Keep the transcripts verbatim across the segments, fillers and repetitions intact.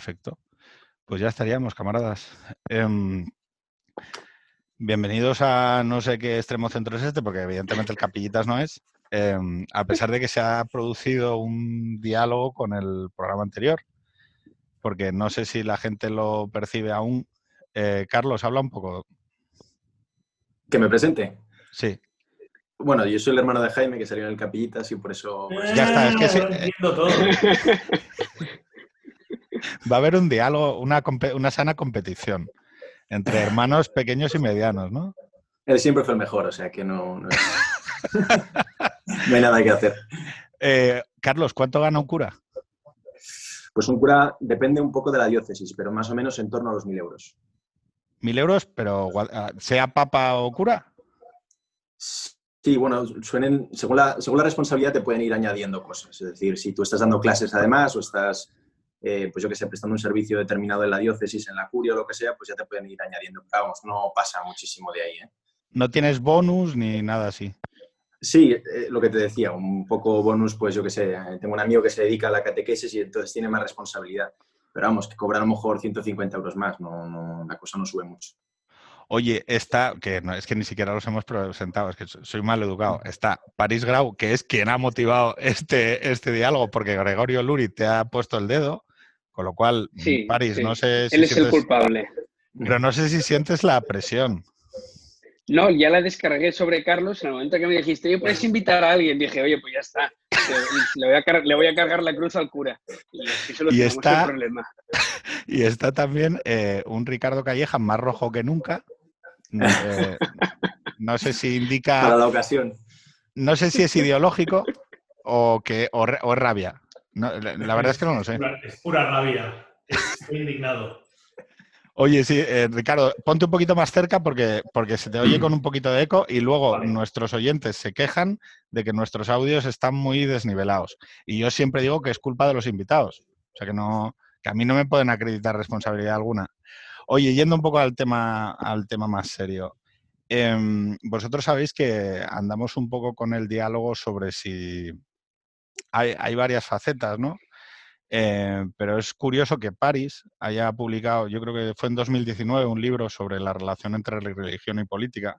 Perfecto. Pues ya estaríamos, camaradas. Eh, bienvenidos a no sé qué extremo centro es este, porque evidentemente el Capillitas no es, eh, a pesar de que se ha producido un diálogo con el programa anterior, porque no sé si la gente lo percibe aún. Eh, Carlos, habla un poco. ¿Que me presente? Sí. Bueno, yo soy el hermano de Jaime, que salió en el Capillitas y por eso... Por eso Ya está, es que sí, Lo eh, entiendo todo. va a haber un diálogo, una, compe- una sana competición entre hermanos pequeños y medianos, ¿no? Él siempre fue el mejor, o sea que no, no, es... no hay nada que hacer. Eh, Carlos, ¿cuánto gana un cura? Pues un cura depende un poco de la diócesis, pero más o menos en torno a los mil euros. Mil euros, pero gua- sea papa o cura. Sí, bueno, suenen, según la, según la responsabilidad te pueden ir añadiendo cosas. Es decir, si tú estás dando clases además o estás, eh, pues yo que sé, prestando un servicio determinado en la diócesis, en la curia o lo que sea, pues ya te pueden ir añadiendo. Pero vamos, no pasa muchísimo de ahí, ¿eh? No tienes bonus ni nada así. Sí, eh, lo que te decía, un poco bonus, pues yo que sé, tengo un amigo que se dedica a la catequesis y entonces tiene más responsabilidad. Pero vamos, que cobra a lo mejor ciento cincuenta euros más, no, no, la cosa no sube mucho. Oye, está, que no, es que ni siquiera los hemos presentado, es que soy mal educado. Está París Grau, que es quien ha motivado este, este diálogo, porque Gregorio Luri te ha puesto el dedo, con lo cual, Sí, París, sí. no sé Él si es el sientes, culpable. pero no sé si sientes la presión. No, ya la descargué sobre Carlos en el momento que me dijiste, oye, puedes invitar a alguien. Dije, oye, pues ya está. Le voy a, car- le voy a cargar la cruz al cura. Y así Y solucionamos está, el problema. y está también eh, un Ricardo Calleja más rojo que nunca. Eh, no sé si indica, Para la ocasión. no sé si es ideológico o, que, o, re- o es rabia. No, la, la verdad es que no lo sé. Pura, es pura rabia. Estoy indignado. Oye, sí, eh, Ricardo, ponte un poquito más cerca porque, porque se te oye con un poquito de eco y luego Vale. nuestros oyentes se quejan de que nuestros audios están muy desnivelados. Y yo siempre digo que es culpa de los invitados. O sea, que, no, que a mí no me pueden acreditar responsabilidad alguna. Oye, yendo un poco al tema, al tema más serio. Eh, vosotros sabéis que andamos un poco con el diálogo sobre si hay, hay varias facetas, ¿no? Eh, pero es curioso que París haya publicado, yo creo que fue en dos mil diecinueve, un libro sobre la relación entre religión y política.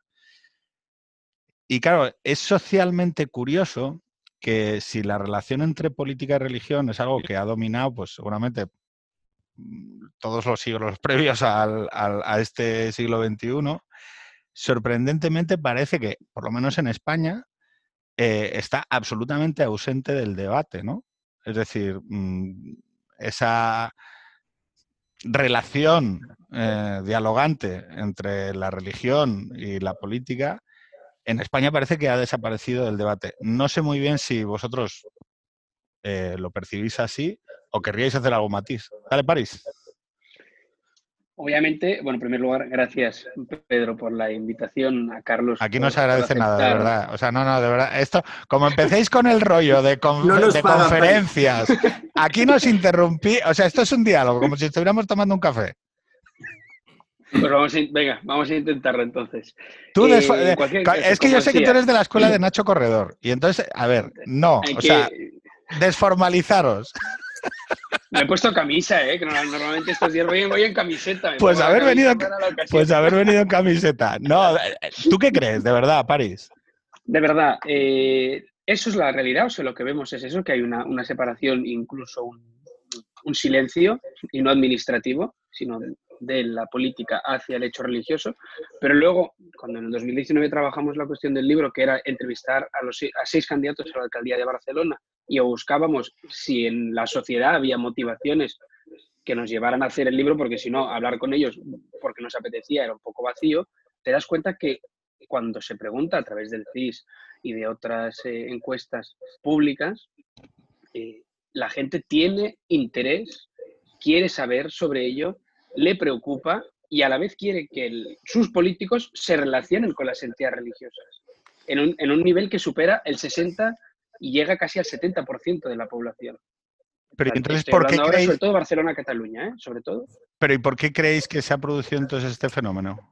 Y claro, es socialmente curioso que si la relación entre política y religión es algo que ha dominado, pues seguramente todos los siglos previos al, al, a este siglo veintiuno, sorprendentemente parece que, por lo menos en España, eh, está absolutamente ausente del debate, ¿no? Es decir, mmm, esa relación eh, dialogante entre la religión y la política, en España parece que ha desaparecido del debate. No sé muy bien si vosotros eh, lo percibís así o querríais hacer algo matiz. Dale, París. Obviamente, bueno, en primer lugar, gracias, Pedro, por la invitación, a Carlos Aquí no por, se por agradece nada, de aceptar. verdad. O sea, no, no, de verdad. Esto, como empecéis con el rollo de, conf No nos de pagan, conferencias, aquí nos interrumpí. O sea, esto es un diálogo, como si estuviéramos tomando un café. Pues vamos a, venga, vamos a intentarlo entonces. Tú Eh, en cualquier caso, es que como yo sé que tú decía, eres de la escuela de Nacho Corredor. Y entonces, a ver, no, hay o sea, que... desformalizaros. Me he puesto camisa, ¿eh? Que normalmente estos días voy, voy en camiseta. Me Pues pongo la haber, camisa venido, para la ocasión. pues haber venido en camiseta. No, ¿tú qué crees, de verdad, París? De verdad, eh, ¿eso es la realidad? O sea, lo que vemos es eso, que hay una, una separación, incluso un, un silencio, y no administrativo, sino de la política hacia el hecho religioso. Pero luego, cuando en el dos mil diecinueve trabajamos la cuestión del libro, que era entrevistar a, los, a seis candidatos a la alcaldía de Barcelona, y buscábamos si en la sociedad había motivaciones que nos llevaran a hacer el libro, porque si no, hablar con ellos porque nos apetecía era un poco vacío, te das cuenta que cuando se pregunta a través del C I S y de otras eh, encuestas públicas, eh, la gente tiene interés, quiere saber sobre ello, le preocupa y a la vez quiere que el, sus políticos se relacionen con las entidades religiosas en un, en un nivel que supera el sesenta y llega casi al setenta por ciento de la población. Pero entonces, Estoy ¿por qué hablando ahora sobre creéis? todo Barcelona-Cataluña, ¿eh? Sobre todo. Pero ¿y por qué creéis que se ha producido entonces este fenómeno?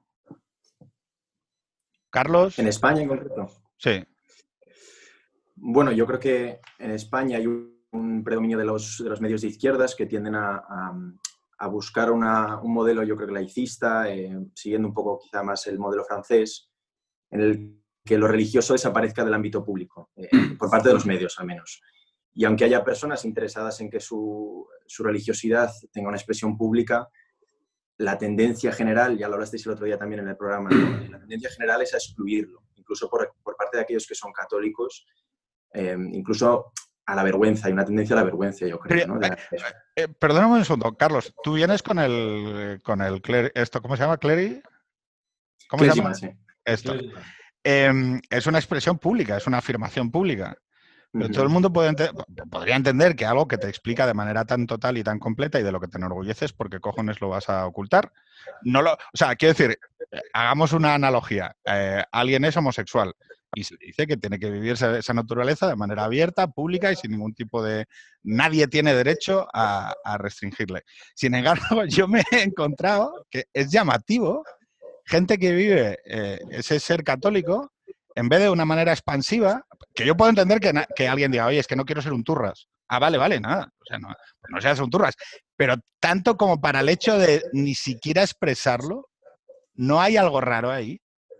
¿Carlos? ¿En España en concreto? Sí. Bueno, yo creo que en España hay un predominio de los, de los medios de izquierdas que tienden a, a, a buscar una, un modelo, yo creo que laicista, eh, siguiendo un poco quizá más el modelo francés, en el que lo religioso desaparezca del ámbito público, eh, por parte de los medios al menos. Y aunque haya personas interesadas en que su, su religiosidad tenga una expresión pública, la tendencia general, ya lo hablasteis el otro día también en el programa, ¿no? La tendencia general es a excluirlo, incluso por, por parte de aquellos que son católicos, eh, incluso a la vergüenza, hay una tendencia a la vergüenza, yo creo, ¿no? De la... eh, eh, perdóname un segundo, Carlos, tú vienes con el, con el cleri, esto, ¿cómo se llama? ¿Cleri? ¿Cómo Clésima, se llama? sí. Esto. Eh, es una expresión pública, es una afirmación pública. Pero Uh-huh. todo el mundo puede ente podría entender que algo que te explica de manera tan total y tan completa y de lo que te enorgulleces, ¿por qué cojones lo vas a ocultar? No lo, o sea, quiero decir, eh, hagamos una analogía. Eh, alguien es homosexual y se dice que tiene que vivir esa, esa naturaleza de manera abierta, pública y sin ningún tipo de... Nadie tiene derecho a, a restringirle. Sin embargo, yo me he encontrado que es llamativo gente que vive eh, ese ser católico en vez de una manera expansiva, que yo puedo entender que, que alguien diga, oye, es que no quiero ser un turras. Ah, vale, vale, nada. O sea, no, pues no seas un turras. Pero tanto como para el hecho de ni siquiera expresarlo, ¿no hay algo raro ahí?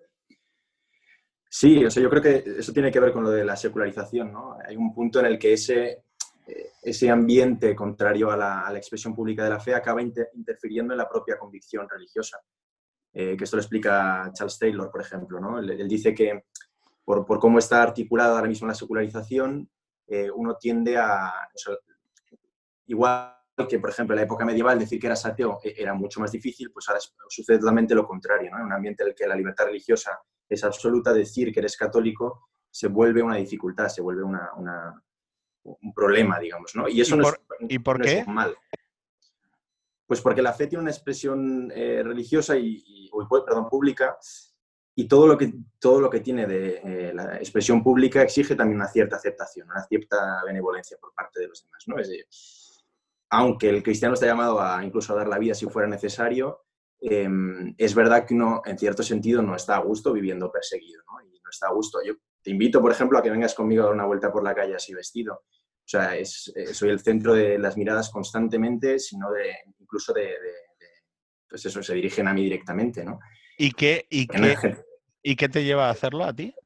Sí, o sea, yo creo que eso tiene que ver con lo de la secularización, ¿no? Hay un punto en el que ese, ese ambiente contrario a la, a la expresión pública de la fe acaba inter interfiriendo en la propia convicción religiosa. Eh, que esto lo explica Charles Taylor, por ejemplo, ¿no? Él, él dice que por, por cómo está articulada ahora mismo la secularización, eh, uno tiende a... O sea, igual que, por ejemplo, en la época medieval decir que eras ateo era mucho más difícil, pues ahora sucede totalmente lo contrario, ¿no? En un ambiente en el que la libertad religiosa es absoluta, decir que eres católico se vuelve una dificultad, se vuelve una, una, un problema, digamos, ¿no? Y eso ¿Y no, por, es, ¿y por no qué? es mal. Pues porque la fe tiene una expresión eh, religiosa y, y perdón, pública, y todo lo que, todo lo que tiene de eh, la expresión pública exige también una cierta aceptación, una cierta benevolencia por parte de los demás, ¿no? Es decir, aunque el cristiano está llamado a incluso a dar la vida si fuera necesario, eh, es verdad que uno, en cierto sentido, no está a gusto viviendo perseguido, ¿no? Y no está a gusto. Yo te invito, por ejemplo, a que vengas conmigo a dar una vuelta por la calle así vestido. O sea, es, eh, soy el centro de las miradas constantemente, sino de, incluso de, de, de, pues eso, se dirigen a mí directamente, ¿no? ¿Y qué, y qué, ¿y qué te lleva a hacerlo a ti?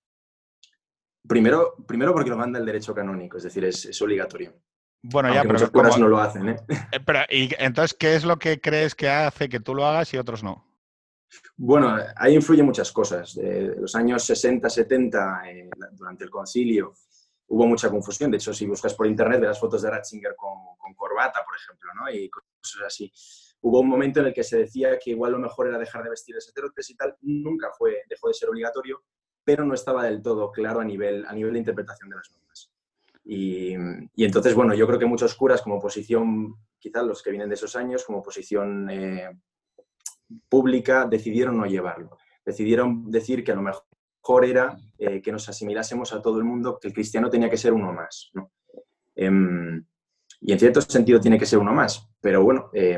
Primero, primero porque lo manda el derecho canónico, es decir, es, es obligatorio. Bueno, aunque ya, pero muchos curas como... no lo hacen, ¿eh? Pero, ¿y entonces qué es lo que crees que hace que tú lo hagas y otros no? Bueno, ahí influyen muchas cosas. De los años sesenta, setenta, eh, durante el concilio, hubo mucha confusión. De hecho, si buscas por internet, verás fotos de Ratzinger con, con corbata, por ejemplo, ¿no? Y cosas así. Hubo un momento en el que se decía que igual lo mejor era dejar de vestir de sacerdotes y tal. Nunca fue, dejó de ser obligatorio, pero no estaba del todo claro a nivel, a nivel de interpretación de las normas. Y, y entonces, bueno, yo creo que muchos curas como posición, quizás los que vienen de esos años, como posición eh, pública, decidieron no llevarlo. Decidieron decir que a lo mejor era eh, que nos asimilásemos a todo el mundo, que el cristiano tenía que ser uno más, ¿no? Eh, y en cierto sentido tiene que ser uno más, pero bueno, eh,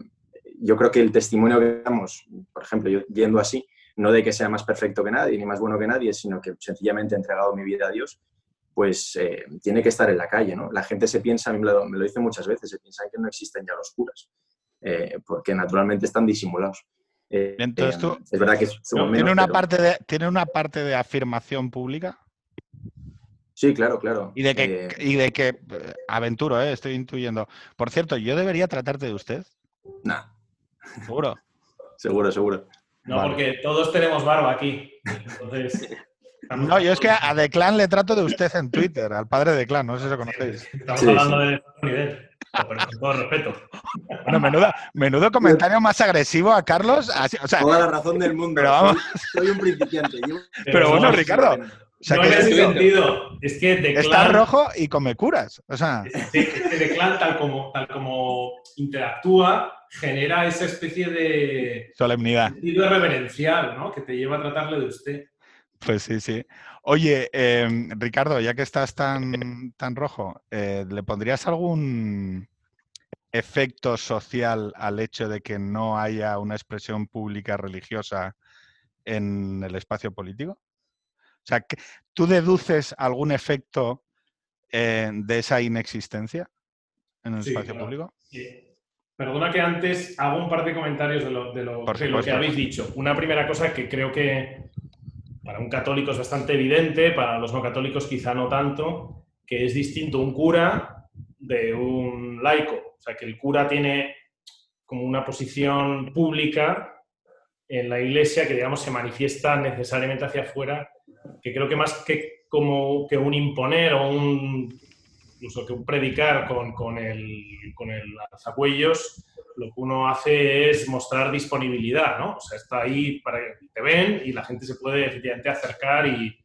yo creo que el testimonio que damos, por ejemplo, yo yendo así, no de que sea más perfecto que nadie, ni más bueno que nadie, sino que sencillamente he entregado mi vida a Dios, pues eh, tiene que estar en la calle, ¿no? La gente se piensa, me lo, me lo dice muchas veces, se piensa que no existen ya los curas, eh, porque naturalmente están disimulados. Eh, Entonces tú, eh, es verdad que somos ¿tiene, menos, una pero... parte de, ¿tiene una parte de afirmación pública? Sí, claro, claro. Y de que, Eh... y de que aventuro, ¿eh? Estoy intuyendo. Por cierto, ¿yo debería tratarte de usted? Nah. ¿Seguro? Seguro, seguro. No, Vale. porque todos tenemos barba aquí. Entonces... No, yo es que a Declan le trato de usted en Twitter, al padre de Declan, no sé si lo conocéis. Estamos Sí, hablando sí. de otro nivel, pero con todo respeto. Bueno, menudo, menudo comentario más agresivo a Carlos. Así, o sea, toda la razón del mundo. Pero vamos. Soy, soy un principiante. Llevo... Pero, pero bueno, no, Ricardo. O sea, no que en ese sentido. Es que Declan... Está rojo y come curas. O sea... Es que, es que Declan, tal como, tal como interactúa, genera esa especie de... solemnidad. Sentido reverencial, ¿no? Que te lleva a tratarle de usted. Pues sí, sí. Oye, eh, Ricardo, ya que estás tan, tan rojo, eh, ¿le pondrías algún efecto social al hecho de que no haya una expresión pública religiosa en el espacio político? O sea, ¿tú deduces algún efecto eh, de esa inexistencia en el sí, espacio claro. público? Sí. Perdona que antes hago un par de comentarios de lo, de lo, de lo que habéis dicho. Una primera cosa que creo que para un católico es bastante evidente, para los no católicos quizá no tanto, que es distinto un cura de un laico. O sea, que el cura tiene como una posición pública en la Iglesia que, digamos, se manifiesta necesariamente hacia afuera, que creo que más que como que un imponer o un... incluso que un predicar con, con, el, con el alzacuellos, lo que uno hace es mostrar disponibilidad, ¿no? O sea, está ahí para que te ven y la gente se puede efectivamente acercar y,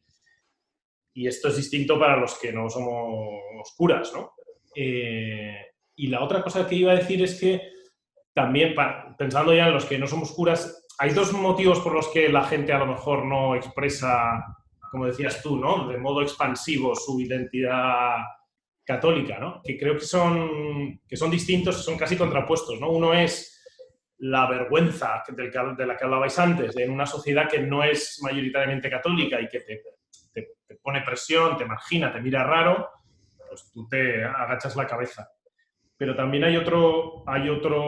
y esto es distinto para los que no somos curas, ¿no? Eh, y la otra cosa que iba a decir es que también, para, pensando ya en los que no somos curas, hay dos motivos por los que la gente a lo mejor no expresa, como decías tú, ¿no? De modo expansivo su identidad católica, ¿no? Que creo que son, que son distintos, son casi contrapuestos, ¿no? Uno es la vergüenza del que, de la que hablabais antes, de en una sociedad que no es mayoritariamente católica y que te, te, te pone presión, te margina, te mira raro, pues tú te agachas la cabeza. Pero también hay otro, hay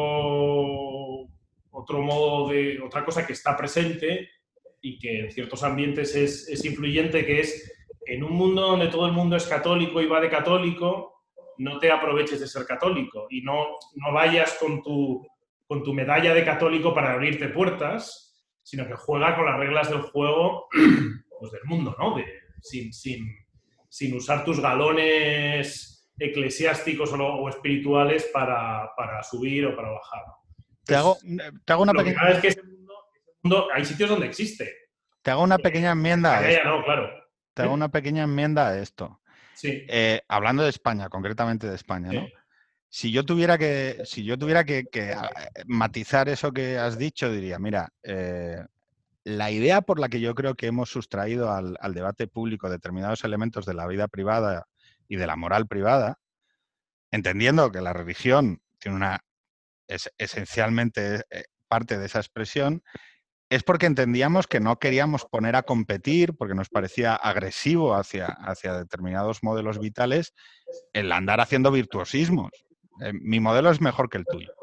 otro, otro modo de, otra cosa que está presente y que en ciertos ambientes es, es influyente, que es en un mundo donde todo el mundo es católico y va de católico, no te aproveches de ser católico y no, no vayas con tu, con tu medalla de católico para abrirte puertas, sino que juega con las reglas del juego, pues, del mundo, ¿no? De, sin, sin, sin usar tus galones eclesiásticos o, o espirituales para, para subir o para bajar. Entonces, te, hago, te hago una lo pequeña... que pasa es que ese mundo, ese mundo, hay sitios donde existe. Te hago una pequeña enmienda a esto. No, claro. Te hago una pequeña enmienda a esto. Sí. Eh, hablando de España, concretamente de España, ¿no? Sí. Si yo tuviera que, si yo tuviera que, que matizar eso que has dicho, diría, mira, eh, la idea por la que yo creo que hemos sustraído al, al debate público determinados elementos de la vida privada y de la moral privada, entendiendo que la religión tiene una es esencialmente eh, parte de esa expresión, es porque entendíamos que no queríamos poner a competir, porque nos parecía agresivo hacia, hacia determinados modelos vitales el andar haciendo virtuosismos. Eh, mi modelo es mejor que el tuyo.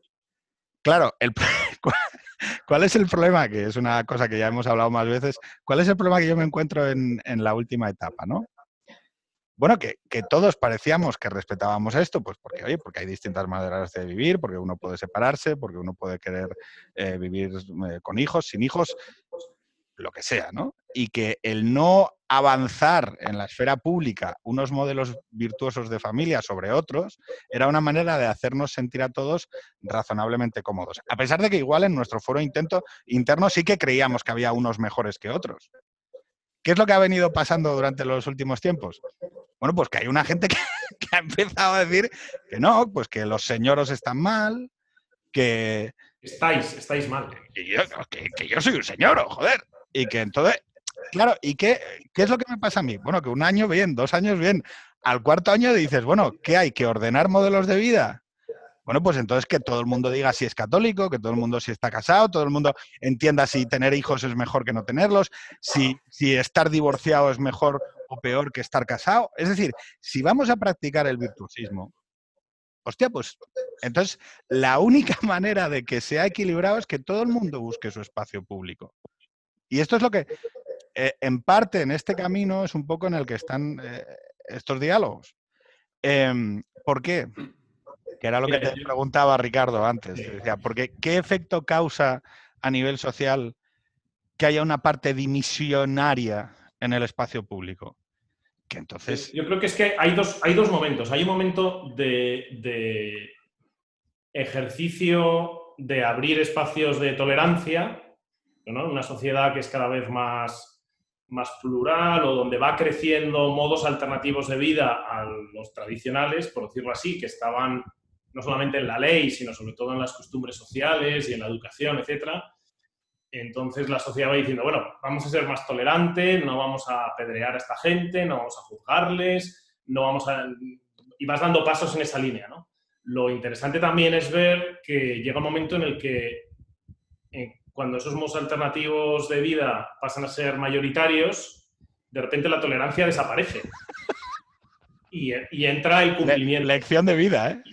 Claro, el, ¿cuál es el problema? Que es una cosa que ya hemos hablado más veces. ¿Cuál es el problema que yo me encuentro en, en la última etapa, ¿no? Bueno, que, que todos parecíamos que respetábamos esto, pues porque, oye, porque hay distintas maneras de vivir, porque uno puede separarse, porque uno puede querer eh, vivir eh, con hijos, sin hijos, lo que sea, ¿no? Y que el no avanzar en la esfera pública unos modelos virtuosos de familia sobre otros era una manera de hacernos sentir a todos razonablemente cómodos. A pesar de que igual en nuestro foro intento, interno sí que creíamos que había unos mejores que otros. ¿Qué es lo que ha venido pasando durante los últimos tiempos? Bueno, pues que hay una gente que, que ha empezado a decir que no, pues que los señoros están mal, que... Estáis, estáis mal. Que yo, que, que yo soy un señor, joder. Y que entonces, claro, ¿y qué, qué es lo que me pasa a mí? Bueno, que un año bien, dos años bien. Al cuarto año dices, bueno, ¿qué hay? ¿Que ordenar modelos de vida? Bueno, pues entonces que todo el mundo diga si es católico, que todo el mundo si está casado, todo el mundo entienda si tener hijos es mejor que no tenerlos, si, si estar divorciado es mejor o peor que estar casado. Es decir, si vamos a practicar el virtuosismo, hostia, pues entonces la única manera de que sea equilibrado es que todo el mundo busque su espacio público. Y esto es lo que, eh, en parte, en este camino es un poco en el que están eh, estos diálogos. Eh, ¿Por qué? Que era lo que te preguntaba Ricardo antes. Decía, porque ¿qué efecto causa a nivel social que haya una parte dimisionaria en el espacio público? Que entonces... Yo creo que es que hay dos, hay dos momentos. Hay un momento de, de ejercicio de abrir espacios de tolerancia, ¿no? Una sociedad que es cada vez más, más plural o donde va creciendo modos alternativos de vida a los tradicionales, por decirlo así, que estaban no solamente en la ley, sino sobre todo en las costumbres sociales y en la educación, etcétera. Entonces la sociedad va diciendo, bueno, vamos a ser más tolerantes, no vamos a apedrear a esta gente, no vamos a juzgarles, no vamos a... Y vas dando pasos en esa línea, ¿no? Lo interesante también es ver que llega un momento en el que eh, cuando esos modos alternativos de vida pasan a ser mayoritarios, de repente la tolerancia desaparece. Y, y entra el cumplimiento. Le, lección de vida, ¿eh?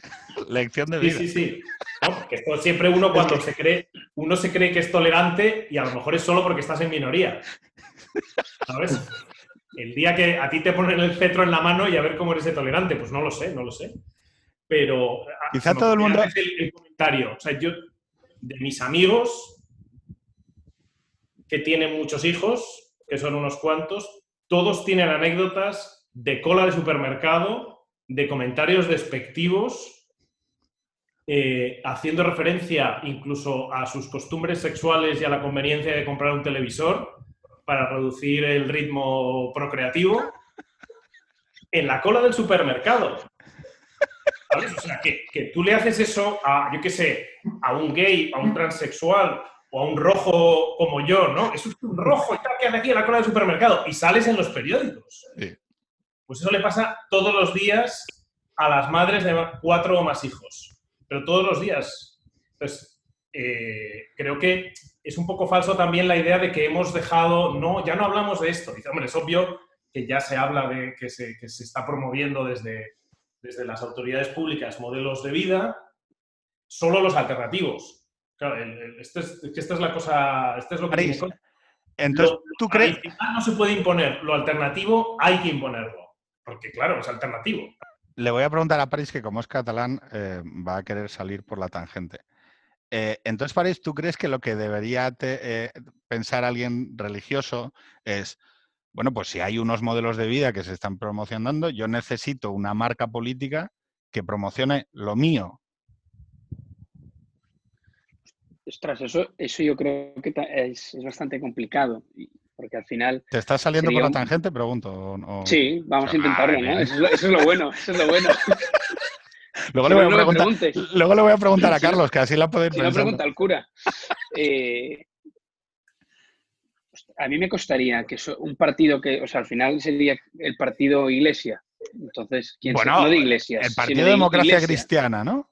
Lección de vida. Sí, sí, sí. No, porque esto siempre uno cuando se cree, uno se cree que es tolerante y a lo mejor es solo porque estás en minoría. ¿Sabes? El día que a ti te ponen el cetro en la mano y a ver cómo eres de tolerante, pues no lo sé, no lo sé. Pero quizá todo el mundo... El, el comentario. O sea, yo, de mis amigos que tienen muchos hijos, que son unos cuantos, todos tienen anécdotas de cola de supermercado, de comentarios despectivos, eh, haciendo referencia incluso a sus costumbres sexuales y a la conveniencia de comprar un televisor para reducir el ritmo procreativo, en la cola del supermercado. ¿Sabes? O sea, que, que tú le haces eso a, yo qué sé, a un gay, a un transexual o a un rojo como yo, ¿no? Eso es un rojo y tal que hace aquí en la cola del supermercado y sales en los periódicos. Sí. Pues eso le pasa todos los días a las madres de cuatro o más hijos. Pero todos los días. Entonces, eh, creo que es un poco falso también la idea de que hemos dejado... No, ya no hablamos de esto. Dice, hombre, es obvio que ya se habla de que se, que se está promoviendo desde... desde las autoridades públicas, modelos de vida, solo los alternativos. Claro, el, el, esto es, que esta es la cosa... Esto es lo que París, tiene... Entonces, lo, ¿tú lo crees...? tradicional no se puede imponer, lo alternativo hay que imponerlo. Porque, claro, es alternativo. Le voy a preguntar a París, que como es catalán, eh, va a querer salir por la tangente. Eh, entonces, París, ¿tú crees que lo que debería te, eh, pensar alguien religioso es... Bueno, pues si hay unos modelos de vida que se están promocionando, yo necesito una marca política que promocione lo mío? Ostras, eso, eso yo creo que es, es bastante complicado, porque al final... ¿Te estás saliendo por la un... tangente? Pregunto. O... Sí, vamos o sea, a intentarlo, ¿no? Eso es lo, eso es lo bueno, eso es lo bueno. luego, si le voy no, a no preguntar, me preguntes. luego le voy a preguntar a si Carlos, no, que así la puede ir Si pensando. no, pregunta al cura. Eh, a mí me costaría que so, un partido que, o sea, al final sería el partido Iglesia. Entonces, ¿quién bueno, se, no de Iglesias, el Partido sino de Democracia Iglesia. Cristiana, ¿no?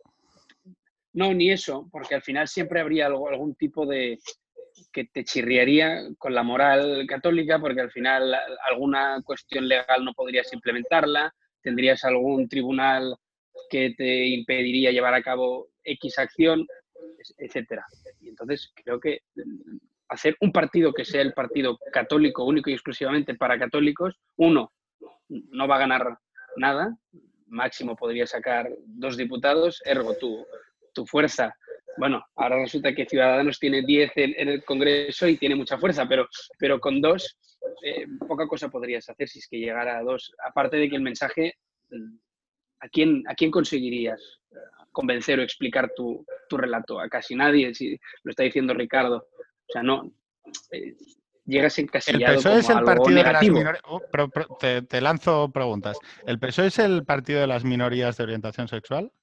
No, ni eso, porque al final siempre habría algo, algún tipo de que te chirriaría con la moral católica, porque al final alguna cuestión legal no podrías implementarla, tendrías algún tribunal que te impediría llevar a cabo X acción, etcétera. Y entonces creo que hacer un partido que sea el partido católico único y exclusivamente para católicos, uno, no va a ganar nada, máximo podría sacar dos diputados, ergo tu, tu fuerza. Bueno, ahora resulta que Ciudadanos tiene diez en, en el Congreso y tiene mucha fuerza, pero, pero con dos eh, poca cosa podrías hacer si es que llegara a dos. Aparte de que el mensaje, ¿a quién, a quién conseguirías convencer o explicar tu, tu relato? A casi nadie, si lo está diciendo Ricardo. O sea, no, eh, llegas encasillado el P S O E como es el algo partido negativo. de las minorías. Oh, pero, pero, te, te lanzo preguntas. ¿El P S O E es el partido de las minorías de orientación sexual?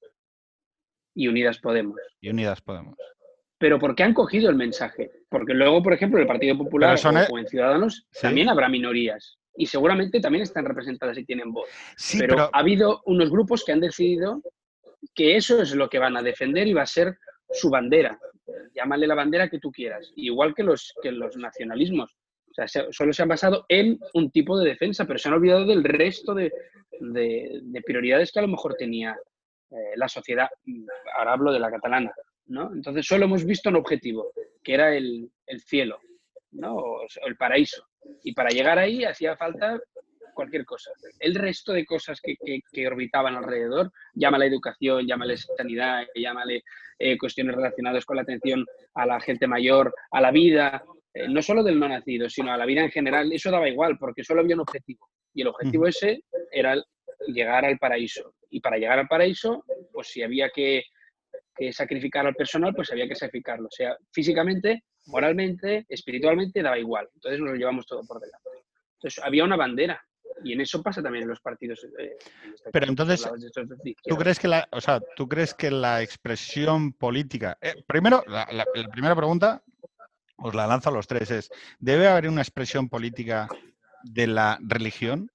Y Unidas Podemos. Y Unidas Podemos. Pero ¿por qué han cogido el mensaje? Porque luego, por ejemplo, en el Partido Popular o, e... o en Ciudadanos ¿sí? también habrá minorías. Y seguramente también están representadas y tienen voz. Sí, pero, pero ha habido unos grupos que han decidido que eso es lo que van a defender y va a ser su bandera. Llámale la bandera que tú quieras. Igual que los, que los nacionalismos. O sea, se, solo se han basado en un tipo de defensa, pero se han olvidado del resto de, de, de prioridades que a lo mejor tenía eh, la sociedad. Ahora hablo de la catalana, ¿no? Entonces solo hemos visto un objetivo, que era el, el cielo, ¿no? O el paraíso. Y para llegar ahí hacía falta cualquier cosa. El resto de cosas que, que, que orbitaban alrededor, llámale educación, llámale sanidad, llámale eh, cuestiones relacionadas con la atención a la gente mayor, a la vida, eh, no solo del no nacido, sino a la vida en general, eso daba igual, porque solo había un objetivo. Y el objetivo uh-huh. ese era el, llegar al paraíso. Y para llegar al paraíso, pues si había que, que sacrificar al personal, pues había que sacrificarlo. O sea, físicamente, moralmente, espiritualmente, daba igual. Entonces nos lo llevamos todo por delante. Entonces había una bandera. Y en eso pasa también en los partidos. Eh, en este Pero caso, entonces, ¿tú crees que la, o sea, ¿tú crees que la expresión política... Eh, primero, la, la, la primera pregunta, os la lanzo a los tres, es, ¿debe haber una expresión política de la religión?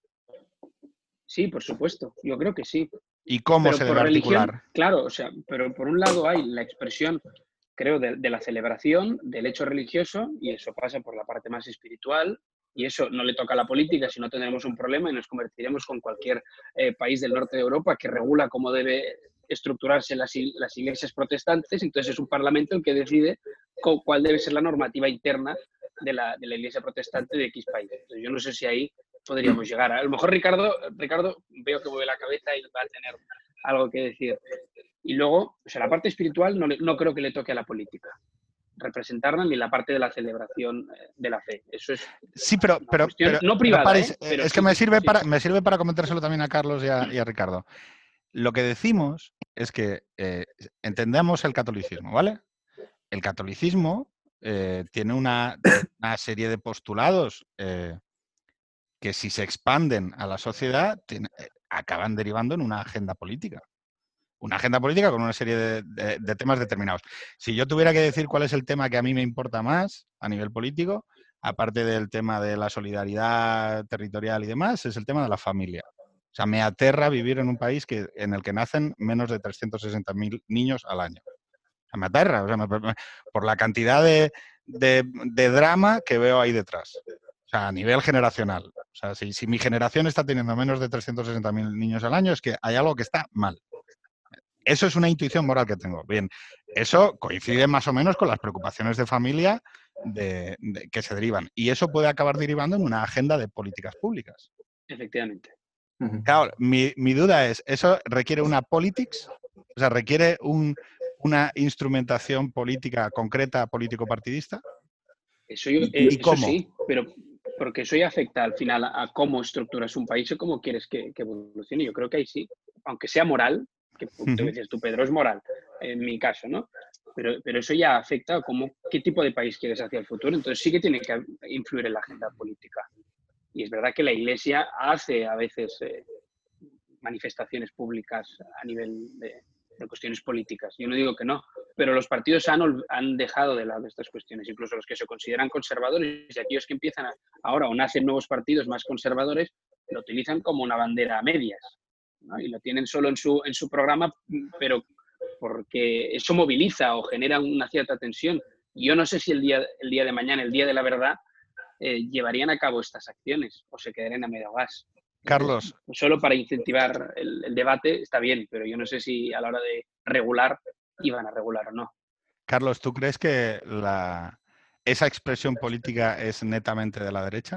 Sí, por supuesto. Yo creo que sí. ¿Y cómo pero se por debe religión, articular? Claro, o sea, pero por un lado hay la expresión, creo, de, de la celebración del hecho religioso, y eso pasa por la parte más espiritual, y eso no le toca a la política, si no tendremos un problema y nos convertiremos con cualquier eh, país del norte de Europa que regula cómo debe estructurarse las, las iglesias protestantes. Entonces es un parlamento el que decide cuál debe ser la normativa interna de la, de la iglesia protestante de X país. Entonces yo no sé si ahí podríamos llegar. A lo mejor Ricardo, Ricardo veo que mueve la cabeza y va a tener algo que decir. Y luego, o sea, la parte espiritual no, no creo que le toque a la política representarla, ni la parte de la celebración de la fe. Eso es sí, pero, pero, pero no privada. Pero, ¿eh? Pero es sí, que me sirve, sí. para, me sirve para comentárselo también a Carlos y a, y a Ricardo. Lo que decimos es que eh, entendemos el catolicismo, ¿vale? El catolicismo eh, tiene una, una serie de postulados eh, que si se expanden a la sociedad tiene, eh, acaban derivando en una agenda política. Una agenda política con una serie de, de, de temas determinados. Si yo tuviera que decir cuál es el tema que a mí me importa más a nivel político, aparte del tema de la solidaridad territorial y demás, es el tema de la familia. O sea, me aterra vivir en un país que, en el que nacen menos de trescientos sesenta mil niños al año. O sea, me aterra, o sea, me, me, por la cantidad de, de, de drama que veo ahí detrás. O sea, a nivel generacional. O sea, si, si mi generación está teniendo menos de trescientos sesenta mil niños al año, es que hay algo que está mal. Eso es una intuición moral que tengo. Bien, eso coincide más o menos con las preocupaciones de familia de, de, que se derivan. Y eso puede acabar derivando en una agenda de políticas públicas. Efectivamente. Claro, mi, mi duda es, ¿eso requiere una politics? O sea, ¿requiere un, una instrumentación política concreta, político-partidista? Eso, yo, eh, ¿Y eso cómo? Sí, pero porque eso ya afecta al final a, a cómo estructuras un país o cómo quieres que, que evolucione. Yo creo que ahí sí, aunque sea moral, que tú uh-huh. dices tú, Pedro, es moral, en mi caso, ¿no? Pero, pero eso ya afecta a cómo, qué tipo de país quieres hacia el futuro. Entonces sí que tiene que influir en la agenda política. Y es verdad que la Iglesia hace a veces eh, manifestaciones públicas a nivel de, de cuestiones políticas. Yo no digo que no, pero los partidos han, han dejado de lado estas cuestiones, incluso los que se consideran conservadores y aquellos que empiezan a, ahora o nacen nuevos partidos más conservadores, lo utilizan como una bandera a medias, ¿no? Y lo tienen solo en su, en su programa, pero porque eso moviliza o genera una cierta tensión. Yo no sé si el día, el día de mañana, el día de la verdad, eh, llevarían a cabo estas acciones o se quedarían a medio gas. Carlos. Solo para incentivar el, el debate está bien, pero yo no sé si a la hora de regular iban a regular o no. Carlos, ¿tú crees que la, esa expresión política es netamente de la derecha?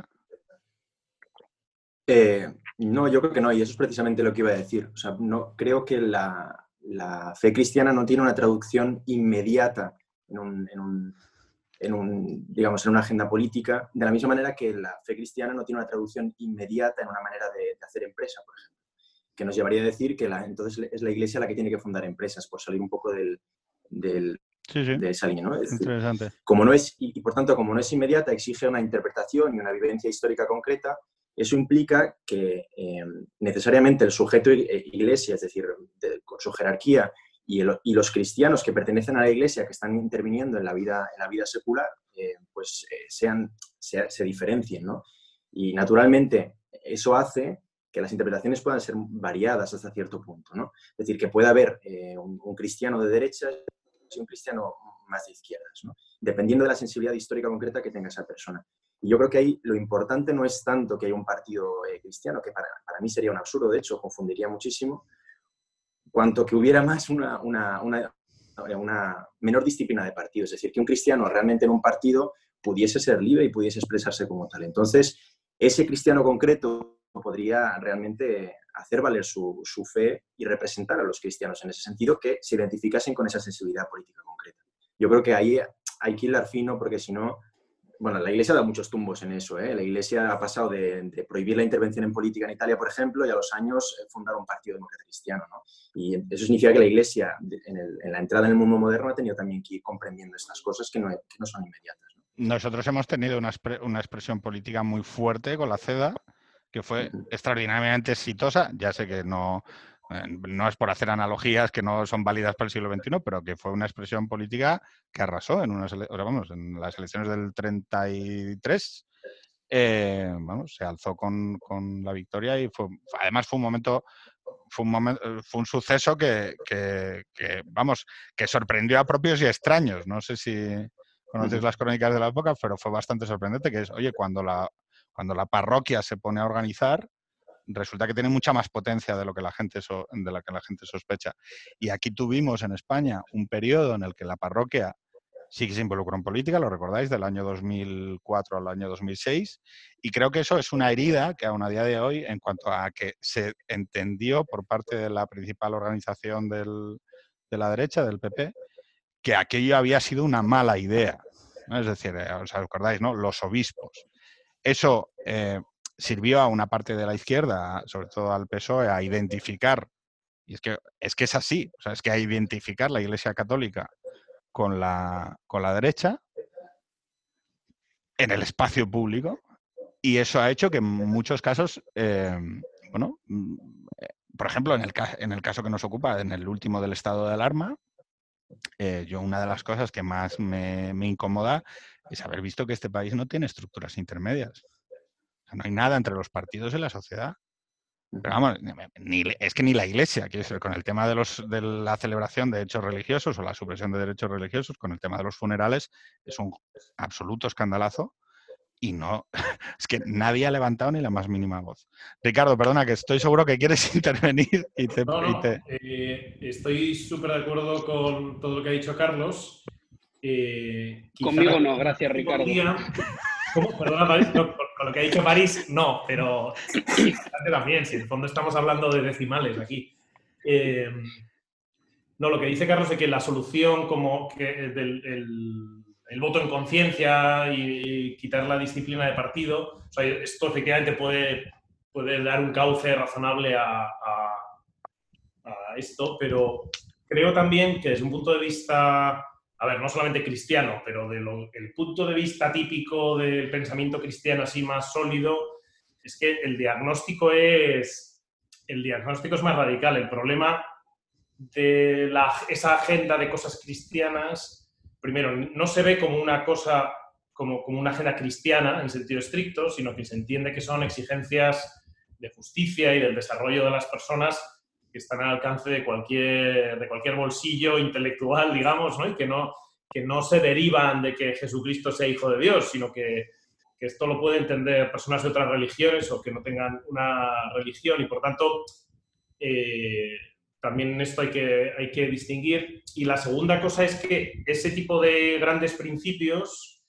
Eh, no, yo creo que no, y eso es precisamente lo que iba a decir. O sea, no, creo que la, la fe cristiana no tiene una traducción inmediata en un, en un, en un, digamos, en una agenda política, de la misma manera que la fe cristiana no tiene una traducción inmediata en una manera de, de hacer empresa, por ejemplo, que nos llevaría a decir que la, entonces es la Iglesia la que tiene que fundar empresas, por salir un poco del, del, sí, sí. de esa línea, ¿no? Es decir, interesante. Como no es, y, y por tanto, como no es inmediata, exige una interpretación y una vivencia histórica concreta. Eso implica que eh, necesariamente el sujeto iglesia, es decir, de, con su jerarquía, y, el, y los cristianos que pertenecen a la iglesia, que están interviniendo en la vida, en la vida secular, eh, pues eh, sean, se, se diferencien, ¿no? Y naturalmente eso hace que las interpretaciones puedan ser variadas hasta cierto punto, ¿no? Es decir, que pueda haber eh, un, un cristiano de derechas y un cristiano más de izquierdas, ¿no? Dependiendo de la sensibilidad histórica concreta que tenga esa persona. Y yo creo que ahí lo importante no es tanto que haya un partido eh, cristiano, que para, para mí sería un absurdo, de hecho, confundiría muchísimo, cuanto que hubiera más una, una, una, una menor disciplina de partido. Es decir, que un cristiano realmente en un partido pudiese ser libre y pudiese expresarse como tal. Entonces, ese cristiano concreto podría realmente hacer valer su, su fe y representar a los cristianos en ese sentido, que se identificasen con esa sensibilidad política concreta. Yo creo que ahí hay que hilar fino, porque si no... Bueno, la Iglesia da muchos tumbos en eso, ¿eh? La Iglesia ha pasado de, de prohibir la intervención en política en Italia, por ejemplo, y a los años fundar un partido demócrata cristiano, ¿no? Y eso significa que la Iglesia, en, el, en la entrada en el mundo moderno, ha tenido también que ir comprendiendo estas cosas que no, que no son inmediatas, ¿no? Nosotros hemos tenido una, una expresión política muy fuerte con la CEDA, que fue uh-huh. extraordinariamente exitosa. Ya sé que no... no es por hacer analogías que no son válidas para el siglo veintiuno, pero que fue una expresión política que arrasó en, unas, o sea, vamos, en las elecciones del treinta y tres. Eh, vamos, se alzó con, con la victoria y fue, además fue un momento, fue un, momento, fue un suceso que, que, que, vamos, que sorprendió a propios y extraños. No sé si conocéis las crónicas de la época, pero fue bastante sorprendente, que es, oye, cuando la Cuando la parroquia se pone a organizar, resulta que tiene mucha más potencia de lo que la gente, so, de la que la gente sospecha. Y aquí tuvimos en España un periodo en el que la parroquia sí que se involucró en política, lo recordáis, del año dos mil cuatro al año dos mil seis, y creo que eso es una herida que aún a día de hoy, en cuanto a que se entendió por parte de la principal organización del, de la derecha, del P P, que aquello había sido una mala idea, ¿no? Es decir, os acordáis, ¿no? Los obispos. Eso eh, sirvió a una parte de la izquierda, sobre todo al P S O E, a identificar, y es que es, que es así, o sea, es que a identificar la Iglesia Católica con la, con la derecha en el espacio público, y eso ha hecho que en muchos casos, eh, bueno, por ejemplo, en el, en el caso que nos ocupa, en el último del estado de alarma, eh, yo una de las cosas que más me, me incomoda es haber visto que este país no tiene estructuras intermedias. O sea, no hay nada entre los partidos y la sociedad. Pero vamos, ni, es que ni la Iglesia, quiero decir, con el tema de, los, de la celebración de hechos religiosos o la supresión de derechos religiosos, con el tema de los funerales, es un absoluto escandalazo y no, es que nadie ha levantado ni la más mínima voz. Ricardo, perdona, que estoy seguro que quieres intervenir y te... No, no, y te... Eh, estoy súper de acuerdo con todo lo que ha dicho Carlos. Eh, Conmigo no, gracias, Ricardo. Día... ¿Cómo? Perdona, París, no, con lo que ha dicho París, no, pero también, si en el fondo estamos hablando de decimales aquí. Eh, no, lo que dice Carlos es que la solución como que del el, el voto en conciencia y, y quitar la disciplina de partido, o sea, esto efectivamente puede, puede dar un cauce razonable a, a, a esto, pero creo también que desde un punto de vista... A ver, no solamente cristiano, pero del de punto de vista típico del pensamiento cristiano así más sólido, es que el diagnóstico es, el diagnóstico es más radical. El problema de la, esa agenda de cosas cristianas, primero, no se ve como una cosa, como, como una agenda cristiana en sentido estricto, sino que se entiende que son exigencias de justicia y del desarrollo de las personas que están al alcance de cualquier, de cualquier bolsillo intelectual, digamos, ¿no? Y que no, que no se derivan de que Jesucristo sea hijo de Dios, sino que, que esto lo pueden entender personas de otras religiones o que no tengan una religión y, por tanto, eh, también esto hay que, hay que distinguir. Y la segunda cosa es que ese tipo de grandes principios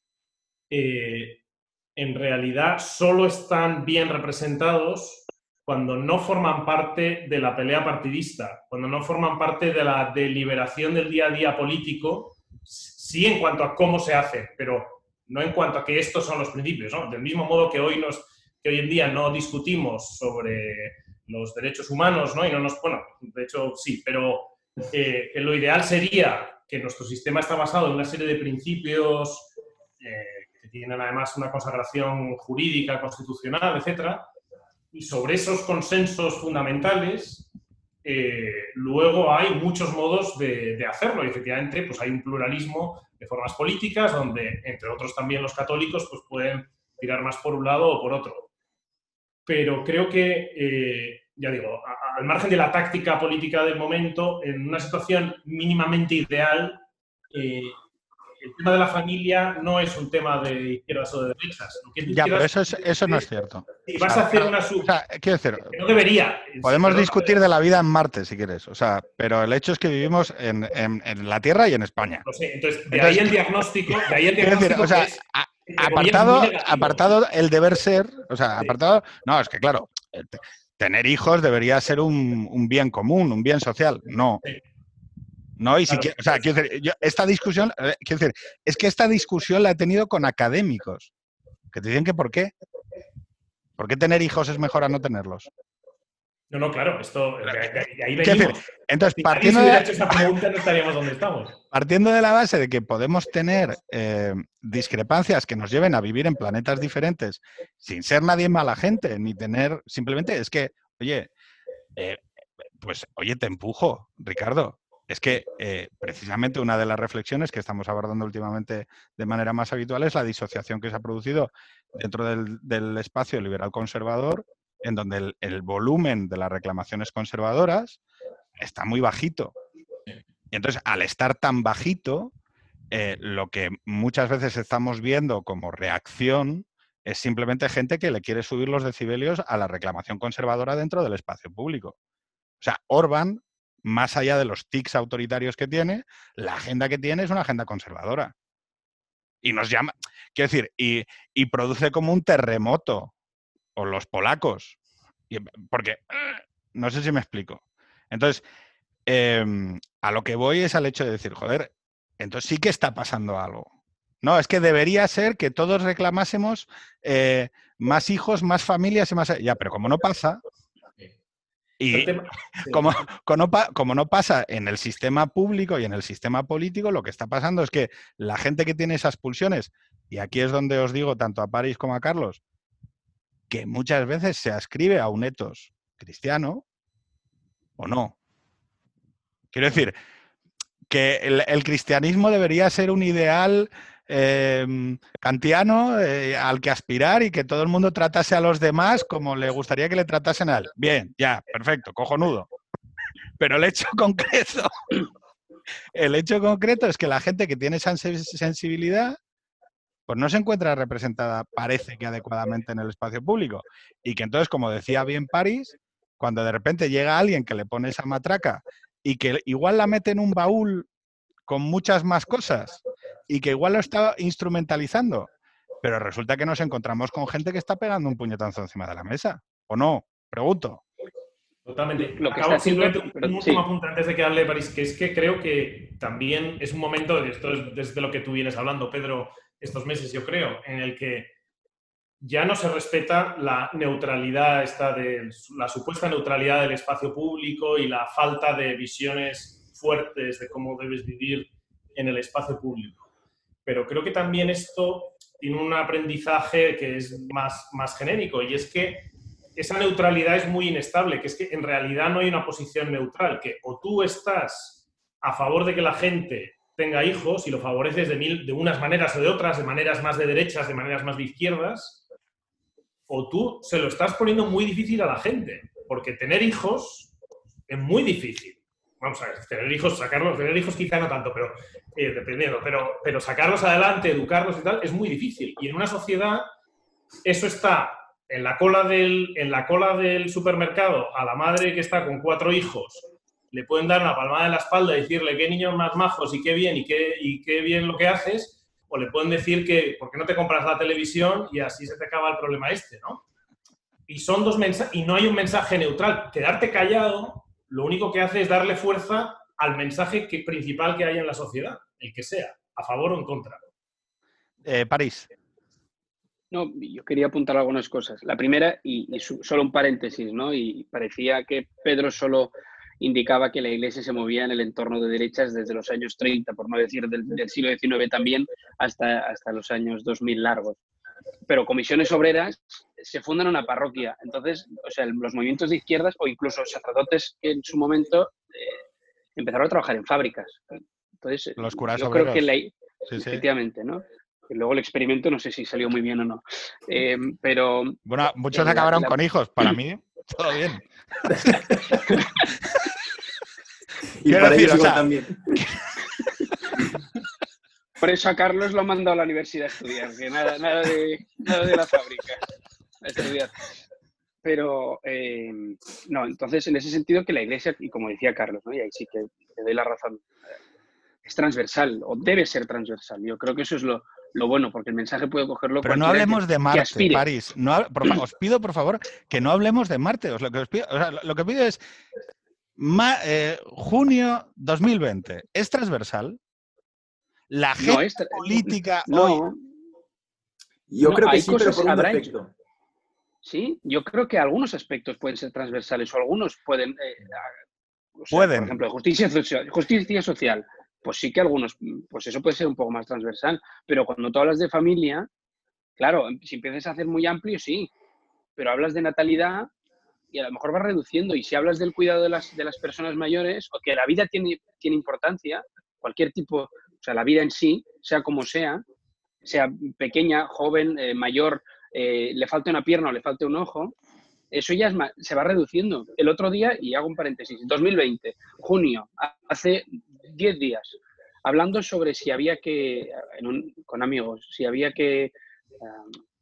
eh, en realidad solo están bien representados cuando no forman parte de la pelea partidista, cuando no forman parte de la deliberación del día a día político, sí en cuanto a cómo se hace, pero no en cuanto a que estos son los principios, ¿no? Del mismo modo que hoy, nos, que hoy en día no discutimos sobre los derechos humanos, ¿no? Y no nos, bueno, de hecho sí, pero eh, lo ideal sería que nuestro sistema está basado en una serie de principios eh, que tienen además una consagración jurídica, constitucional, etcétera. Y sobre esos consensos fundamentales, eh, luego hay muchos modos de, de hacerlo. Y efectivamente, pues hay un pluralismo de formas políticas donde, entre otros también los católicos, pues pueden tirar más por un lado o por otro. Pero creo que, eh, ya digo, a, al margen de la táctica política del momento, en una situación mínimamente ideal, eh, el tema de la familia no es un tema de izquierdas o de derechas. Ya, pero eso, es, eso no es cierto. Si vas a hacer una sub... O sea, quiero decir, no debería. Podemos discutir de la vida en Marte, si quieres. O sea, pero el hecho es que vivimos en, en, en la Tierra y en España. No sé, entonces, de ahí el diagnóstico... De ahí el diagnóstico decir, o sea, es, apartado, apartado el deber ser... O sea, sí. apartado... No, es que claro, tener hijos debería ser un, un bien común, un bien social. No. Sí. No, y si claro, o sea, quiero decir, yo, esta discusión, quiero decir, es que esta discusión la he tenido con académicos, que te dicen que ¿por qué? ¿Por qué tener hijos es mejor a no tenerlos? No, no, claro, esto, de, de, de ahí venimos. Decir, entonces, si partiendo de, de, hecho esa pregunta, no estaríamos donde estamos. Partiendo de la base de que podemos tener eh, discrepancias que nos lleven a vivir en planetas diferentes, sin ser nadie mala gente, ni tener, simplemente es que, oye, eh, pues, oye, te empujo, Ricardo. Es que eh, precisamente una de las reflexiones que estamos abordando últimamente de manera más habitual es la disociación que se ha producido dentro del, del espacio liberal conservador, en donde el, el volumen de las reclamaciones conservadoras está muy bajito. Y entonces, al estar tan bajito, eh, lo que muchas veces estamos viendo como reacción es simplemente gente que le quiere subir los decibelios a la reclamación conservadora dentro del espacio público. O sea, Orbán, más allá de los tics autoritarios que tiene, la agenda que tiene es una agenda conservadora. Y nos llama, quiero decir, y, y produce como un terremoto, o los polacos, y, porque, no sé si me explico. Entonces, eh, a lo que voy es al hecho de decir, joder, entonces sí que está pasando algo. No, es que debería ser que todos reclamásemos eh, más hijos, más familias y más... Ya, pero como no pasa... Y como, como, no, como no pasa en el sistema público y en el sistema político, lo que está pasando es que la gente que tiene esas pulsiones, y aquí es donde os digo tanto a Paris como a Carlos, que muchas veces se ascribe a un etos cristiano o no. Quiero decir, que el, el cristianismo debería ser un ideal eh, kantiano eh, al que aspirar y que todo el mundo tratase a los demás como le gustaría que le tratasen a él. Bien, ya, perfecto, cojonudo. Pero el hecho concreto, el hecho concreto es que la gente que tiene esa sensibilidad pues no se encuentra representada, parece que adecuadamente en el espacio público. Y que entonces, como decía bien Paris, cuando de repente llega alguien que le pone esa matraca y que igual la mete en un baúl con muchas más cosas y que igual lo está instrumentalizando, pero resulta que nos encontramos con gente que está pegando un puñetazo encima de la mesa. ¿O no? Pregunto. Totalmente. Lo que Acabo está simplemente haciendo, pero, un último sí. apunte antes de que hable París, que es que creo que también es un momento, esto es desde lo que tú vienes hablando, Pedro, estos meses, yo creo, en el que ya no se respeta la neutralidad, esta de, la supuesta neutralidad del espacio público y la falta de visiones fuertes de cómo debes vivir en el espacio público. Pero creo que también esto tiene un aprendizaje que es más, más genérico, y es que esa neutralidad es muy inestable, que es que en realidad no hay una posición neutral, que o tú estás a favor de que la gente tenga hijos y lo favoreces de, mil, de unas maneras o de otras, de maneras más de derechas, de maneras más de izquierdas, o tú se lo estás poniendo muy difícil a la gente, porque tener hijos es muy difícil. Vamos a ver, tener hijos, sacarlos, tener hijos quizá no tanto, pero eh, dependiendo, pero, pero sacarlos adelante, educarlos y tal, es muy difícil. Y en una sociedad eso está en la cola del, en la cola del supermercado, a la madre que está con cuatro hijos, le pueden dar una palmada en la espalda y decirle qué niños más majos y qué bien y qué, y qué bien lo que haces, o le pueden decir que por qué no te compras la televisión y así se te acaba el problema este, ¿no? Y son dos mensajes, y no hay un mensaje neutral. Quedarte callado lo único que hace es darle fuerza al mensaje que, principal que hay en la sociedad, el que sea, a favor o en contra. Eh, París. No, yo quería apuntar algunas cosas. La primera, y, y su, solo un paréntesis, ¿no? Y parecía que Pedro solo indicaba que la Iglesia se movía en el entorno de derechas desde los años treinta, por no decir del, del siglo diecinueve también, hasta, hasta los años dos mil largos. Pero comisiones obreras se fundan en una parroquia. Entonces, o sea, los movimientos de izquierdas o incluso sacerdotes que en su momento eh, empezaron a trabajar en fábricas. Entonces, los curas yo obreros. creo que la, sí, efectivamente, sí. ¿no? Y luego el experimento no sé si salió muy bien o no. Eh, pero... Bueno, muchos eh, acabaron la... con hijos. Para mí, todo bien. Y Quiero para decir, ellos o sea, también. Por eso a Carlos lo han mandado a la universidad a estudiar, que nada, nada, de, nada de la fábrica a estudiar. Pero, eh, no, entonces en ese sentido que la Iglesia, y como decía Carlos, ¿no? Y ahí sí que te doy la razón, es transversal, o debe ser transversal. Yo creo que eso es lo, lo bueno, porque el mensaje puede cogerlo Pero no hablemos que, de Marte, París. No, por, os pido, por favor, que no hablemos de Marte. Os lo, que os pido, o sea, lo que pido es ma, eh, junio dos mil veinte. ¿Es transversal? La agenda no, es tra política no, hoy... Yo no, creo que hay sí, cosas, pero por un habrá defecto. Sí, yo creo que algunos aspectos pueden ser transversales o algunos pueden... Eh, o sea, pueden. Por ejemplo, justicia social, justicia social. Pues sí que algunos, pues eso puede ser un poco más transversal, pero cuando tú hablas de familia, claro, si empiezas a hacer muy amplio, sí, pero hablas de natalidad y a lo mejor vas reduciendo, y si hablas del cuidado de las, de las personas mayores, o que la vida tiene, tiene importancia, cualquier tipo, o sea, la vida en sí, sea como sea, sea pequeña, joven, eh, mayor, eh, le falte una pierna o le falte un ojo, eso ya es más, se va reduciendo. El otro día, y hago un paréntesis, dos mil veinte, junio, hace diez días, hablando sobre si había que, en un, con amigos, si había que uh,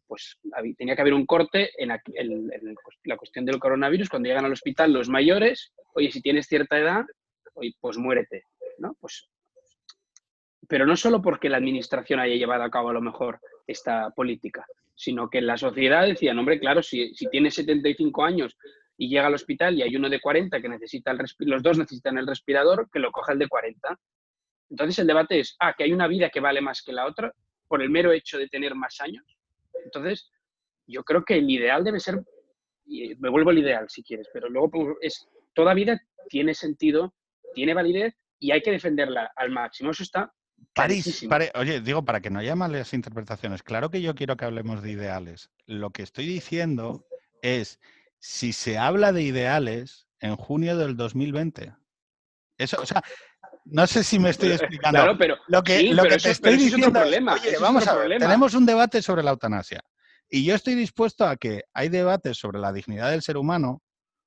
pues tenía que haber un corte en, la, en, en la cuestión del coronavirus. Cuando llegan al hospital los mayores, oye, si tienes cierta edad, oye, pues muérete, ¿no? Pues, pero no solo porque la administración haya llevado a cabo a lo mejor esta política, sino que la sociedad decía, no, hombre, claro, si, si tienes setenta y cinco años y llega al hospital y hay uno de cuarenta que necesita el respirador, los dos necesitan el respirador, que lo coja el de cuarenta. Entonces el debate es, ah, que hay una vida que vale más que la otra por el mero hecho de tener más años. Entonces, yo creo que el ideal debe ser, y me vuelvo al ideal si quieres, pero luego es, toda vida tiene sentido, tiene validez y hay que defenderla al máximo. Eso está París, pare, oye, digo, para que no haya malas interpretaciones, claro que yo quiero que hablemos de ideales. Lo que estoy diciendo es, si se habla de ideales en junio del dos mil veinte, eso, o sea, no sé si me estoy explicando. Claro, pero lo que, sí, lo pero que eso, te estoy pero diciendo es otro problema. Es, oye, eso vamos es otro a ver, problema. tenemos un debate sobre la eutanasia y yo estoy dispuesto a que hay debates sobre la dignidad del ser humano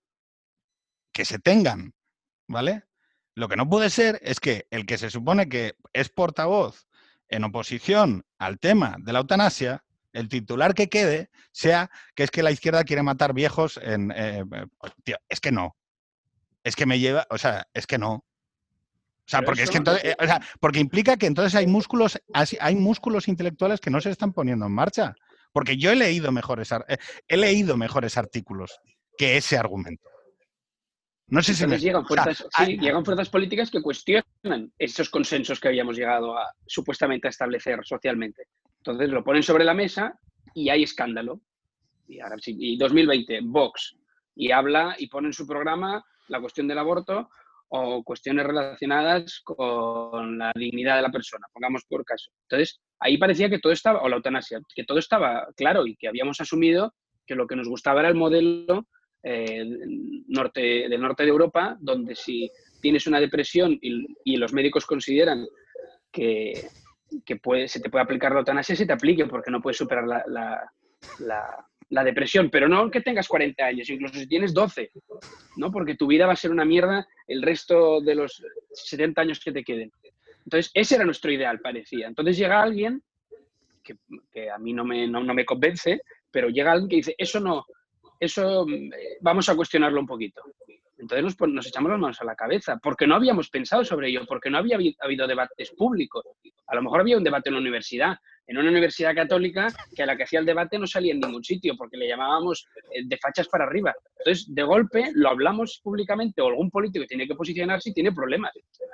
que se tengan, ¿vale? Lo que no puede ser es que el que se supone que es portavoz en oposición al tema de la eutanasia, el titular que quede sea que es que la izquierda quiere matar viejos en... Eh, tío, es que no. Es que me lleva... O sea, es que no. O sea, Pero porque es eso que no, entonces, eh, o sea, porque implica que entonces hay músculos, hay músculos intelectuales que no se están poniendo en marcha. Porque yo he leído mejores, eh, he leído mejores artículos que ese argumento. No sé Entonces si me... llegan fuerzas, o sea, sí, a, llegan fuerzas políticas que cuestionan esos consensos que habíamos llegado a supuestamente a establecer socialmente. Entonces lo ponen sobre la mesa y hay escándalo. Y ahora sí, y dos mil veinte, Vox, y habla y pone en su programa la cuestión del aborto o cuestiones relacionadas con la dignidad de la persona, pongamos por caso. Entonces, ahí parecía que todo estaba, o la eutanasia, que todo estaba claro y que habíamos asumido que lo que nos gustaba era el modelo eh, norte, del norte de Europa, donde si tienes una depresión y, y los médicos consideran que, que puede, se te puede aplicar la eutanasia, se te aplique porque no puedes superar la, la, la, la depresión, pero no que tengas cuarenta años, incluso si tienes doce, ¿no? Porque tu vida va a ser una mierda el resto de los setenta años que te queden. Entonces, ese era nuestro ideal, parecía. Entonces llega alguien, que, que a mí no me, no, no me convence, pero llega alguien que dice, eso no, eso eh, vamos a cuestionarlo un poquito. Entonces nos, nos echamos las manos a la cabeza, porque no habíamos pensado sobre ello, porque no había habido debates públicos. A lo mejor había un debate en la universidad, en una universidad católica que a la que hacía el debate no salía en ningún sitio, porque le llamábamos de fachas para arriba. Entonces, de golpe, lo hablamos públicamente o algún político tiene que posicionarse y tiene problemas.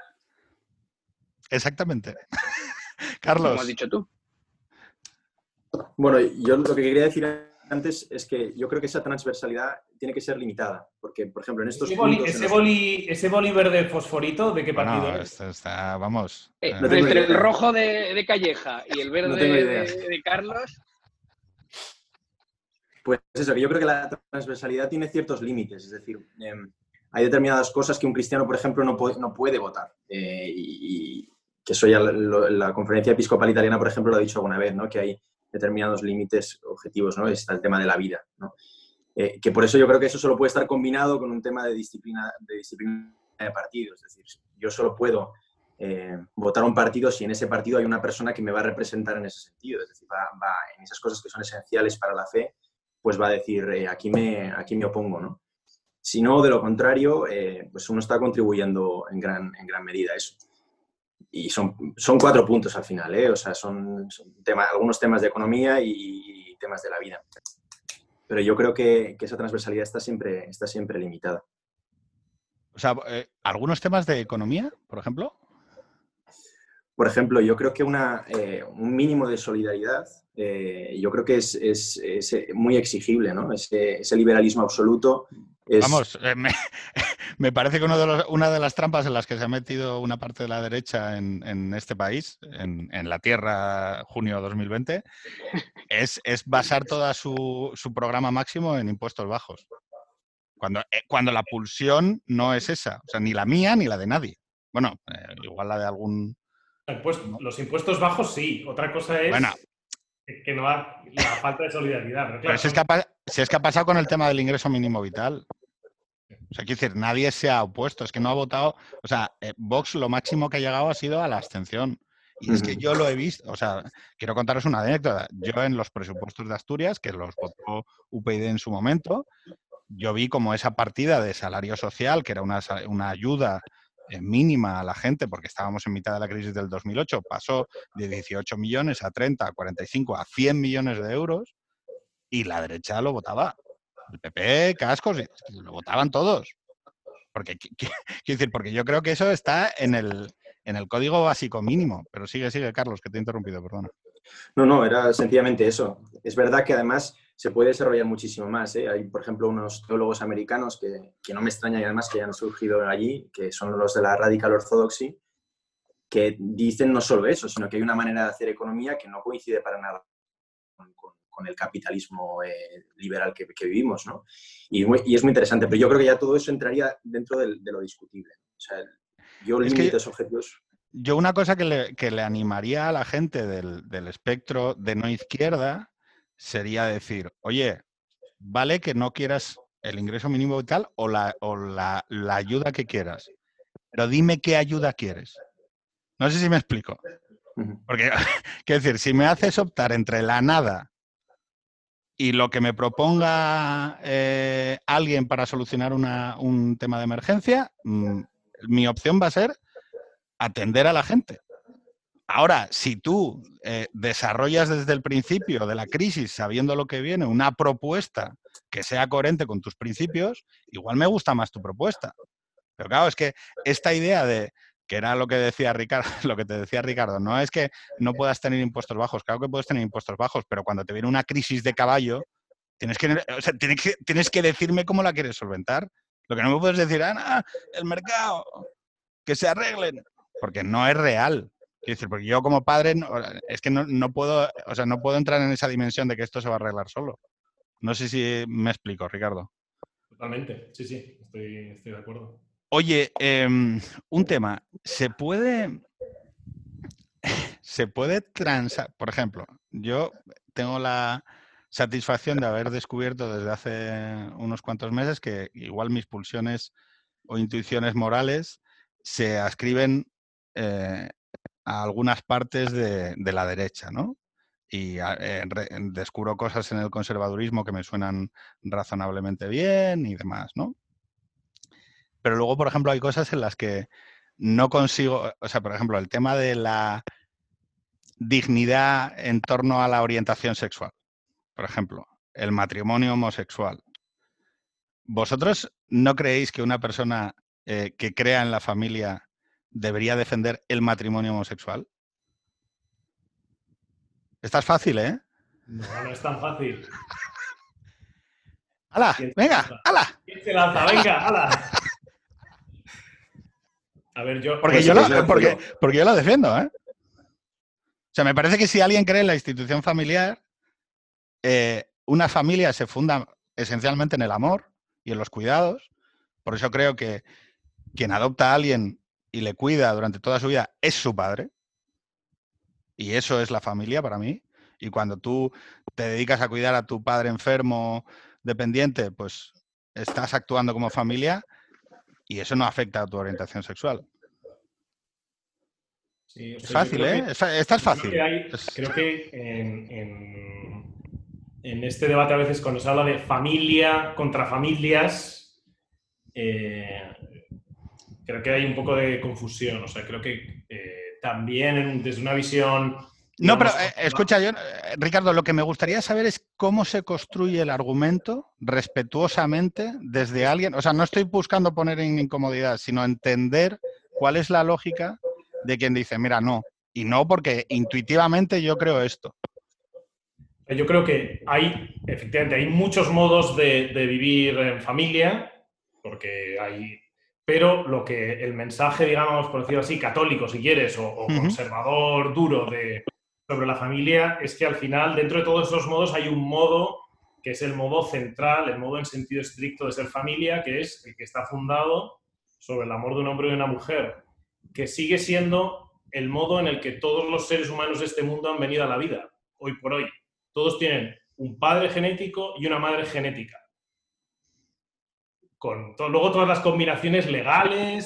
Exactamente. Carlos. Como has dicho tú. Bueno, yo lo que quería decir antes es que yo creo que esa transversalidad tiene que ser limitada, porque, por ejemplo, en estos ¿Ese boli, puntos... ese, los... boli, ese boli verde fosforito de qué partido bueno, es? Esto está, vamos... Eh, no entre idea. el rojo de, de Calleja y el verde no de, de Carlos... Pues eso, que yo creo que la transversalidad tiene ciertos límites, es decir, eh, hay determinadas cosas que un cristiano, por ejemplo, no puede, no puede votar. Eh, y, y que eso ya lo, la Conferencia Episcopal Italiana, por ejemplo, lo ha dicho alguna vez, ¿no? Que hay determinados límites objetivos, ¿no? Está el tema de la vida, ¿no? Eh, que por eso yo creo que eso solo puede estar combinado con un tema de disciplina de, disciplina de partido. Es decir, yo solo puedo eh, votar a un partido si en ese partido hay una persona que me va a representar en ese sentido. Es decir, va, va en esas cosas que son esenciales para la fe, pues va a decir, eh, aquí, me, aquí me opongo, ¿no? Si no, de lo contrario, eh, pues uno está contribuyendo en gran, en gran medida a eso. Y son, son cuatro puntos al final, ¿eh? O sea, son, son tema, algunos temas de economía y, y temas de la vida. Pero yo creo que, que esa transversalidad está siempre, está siempre limitada. O sea, eh, ¿algunos temas de economía, por ejemplo? Por ejemplo, yo creo que una, eh, un mínimo de solidaridad, eh, yo creo que es, es, es muy exigible, ¿no? Ese, ese liberalismo absoluto es... Vamos, eh, me, me parece que uno de los, una de las trampas en las que se ha metido una parte de la derecha en, en este país, en, en la Tierra, junio dos mil veinte, es, es basar todo su, su programa máximo en impuestos bajos. Cuando, eh, cuando la pulsión no es esa, o sea, ni la mía ni la de nadie. Bueno, eh, igual la de algún... Pues, los impuestos bajos sí, otra cosa es bueno, que no ha, la falta de solidaridad. Pero claro, pero si, es que ha, si es que ha pasado con el tema del ingreso mínimo vital. O sea, quiero decir, nadie se ha opuesto, es que no ha votado... O sea, eh, Vox lo máximo que ha llegado ha sido a la abstención. Y es que yo lo he visto, o sea, quiero contaros una anécdota. Yo en los presupuestos de Asturias, que los votó U P YD en su momento, yo vi como esa partida de salario social, que era una, una ayuda mínima a la gente, porque estábamos en mitad de la crisis del dos mil ocho, pasó de dieciocho millones a treinta, a cuarenta y cinco, a cien millones de euros, y la derecha lo votaba. El P P, cascos, lo votaban todos. Porque, quiero decir, porque yo creo que eso está en el, en el código básico mínimo. Pero sigue, sigue, Carlos, que te he interrumpido, perdona. No, no, era sencillamente eso. Es verdad que además se puede desarrollar muchísimo más, ¿eh? Hay, por ejemplo, unos teólogos americanos que, que no me extraña y además que han surgido allí, que son los de la Radical Orthodoxy, que dicen no solo eso, sino que hay una manera de hacer economía que no coincide para nada con, con, con el capitalismo eh, liberal que, que vivimos, ¿no? Y, y es muy interesante, pero yo creo que ya todo eso entraría dentro de, de lo discutible. O sea, yo límites objetivos... Yo una cosa que le, que le animaría a la gente del, del espectro de no izquierda sería decir, oye, vale que no quieras el ingreso mínimo vital o la, o la, la ayuda que quieras, pero dime qué ayuda quieres. No sé si me explico. Porque, quiero decir, si me haces optar entre la nada y lo que me proponga eh, alguien para solucionar una, un tema de emergencia, mmm, mi opción va a ser atender a la gente. Ahora, si tú eh, desarrollas desde el principio de la crisis, sabiendo lo que viene, una propuesta que sea coherente con tus principios, igual me gusta más tu propuesta. Pero claro, es que esta idea de, que era lo que decía Ricardo, lo que te decía Ricardo, no es que no puedas tener impuestos bajos, claro que puedes tener impuestos bajos, pero cuando te viene una crisis de caballo, tienes que, o sea, tienes que, tienes que decirme cómo la quieres solventar. Lo que no me puedes decir, ah, no, el mercado, que se arreglen, porque no es real. Quiero decir, porque yo como padre no, es que no, no puedo, o sea, no puedo entrar en esa dimensión de que esto se va a arreglar solo. No sé si me explico, Ricardo. Totalmente, sí, sí, estoy, estoy de acuerdo. Oye, eh, un tema, ¿se puede, se puede transar? Por ejemplo, yo tengo la satisfacción de haber descubierto desde hace unos cuantos meses que igual mis pulsiones o intuiciones morales se ascriben eh, a algunas partes de, de la derecha, ¿no? Y eh, re, descubro cosas en el conservadurismo que me suenan razonablemente bien y demás, ¿no? Pero luego, por ejemplo, hay cosas en las que no consigo, o sea, por ejemplo, el tema de la dignidad en torno a la orientación sexual, por ejemplo, el matrimonio homosexual. ¿Vosotros no creéis que una persona eh, que crea en la familia debería defender el matrimonio homosexual? Esta es fácil, ¿eh? No, no es tan fácil. ¡Hala! ¡Venga! ¡Hala! ¿Quién se lanza? ¡Venga! ¡Hala! A ver, yo... Porque, pues yo, lo, porque, porque yo lo defiendo, ¿eh? O sea, me parece que si alguien cree en la institución familiar, eh, una familia se funda esencialmente en el amor y en los cuidados. Por eso creo que quien adopta a alguien y le cuida durante toda su vida es su padre. Y eso es la familia para mí. Y cuando tú te dedicas a cuidar a tu padre enfermo, dependiente, pues estás actuando como familia y eso no afecta a tu orientación sexual. Sí, o sea, es fácil, ¿eh? Que, Esta es fácil. Creo que, hay, creo que en, en, en este debate a veces cuando se habla de familia contra familias, eh, creo que hay un poco de confusión. O sea, creo que eh, también desde una visión... No, pero eh, escucha, yo, eh, Ricardo, lo que me gustaría saber es cómo se construye el argumento respetuosamente desde alguien. O sea, no estoy buscando poner en incomodidad, sino entender cuál es la lógica de quien dice, mira, no. Y no porque intuitivamente yo creo esto. Yo creo que hay, efectivamente, hay muchos modos de, de vivir en familia, porque hay... Pero lo que el mensaje, digamos, por decirlo así, católico, si quieres, o, o conservador uh-huh. duro de, sobre la familia, es que al final, dentro de todos esos modos, hay un modo que es el modo central, el modo en sentido estricto de ser familia, que es el que está fundado sobre el amor de un hombre y de una mujer, que sigue siendo el modo en el que todos los seres humanos de este mundo han venido a la vida, hoy por hoy. Todos tienen un padre genético y una madre genética. Con to- luego todas las combinaciones legales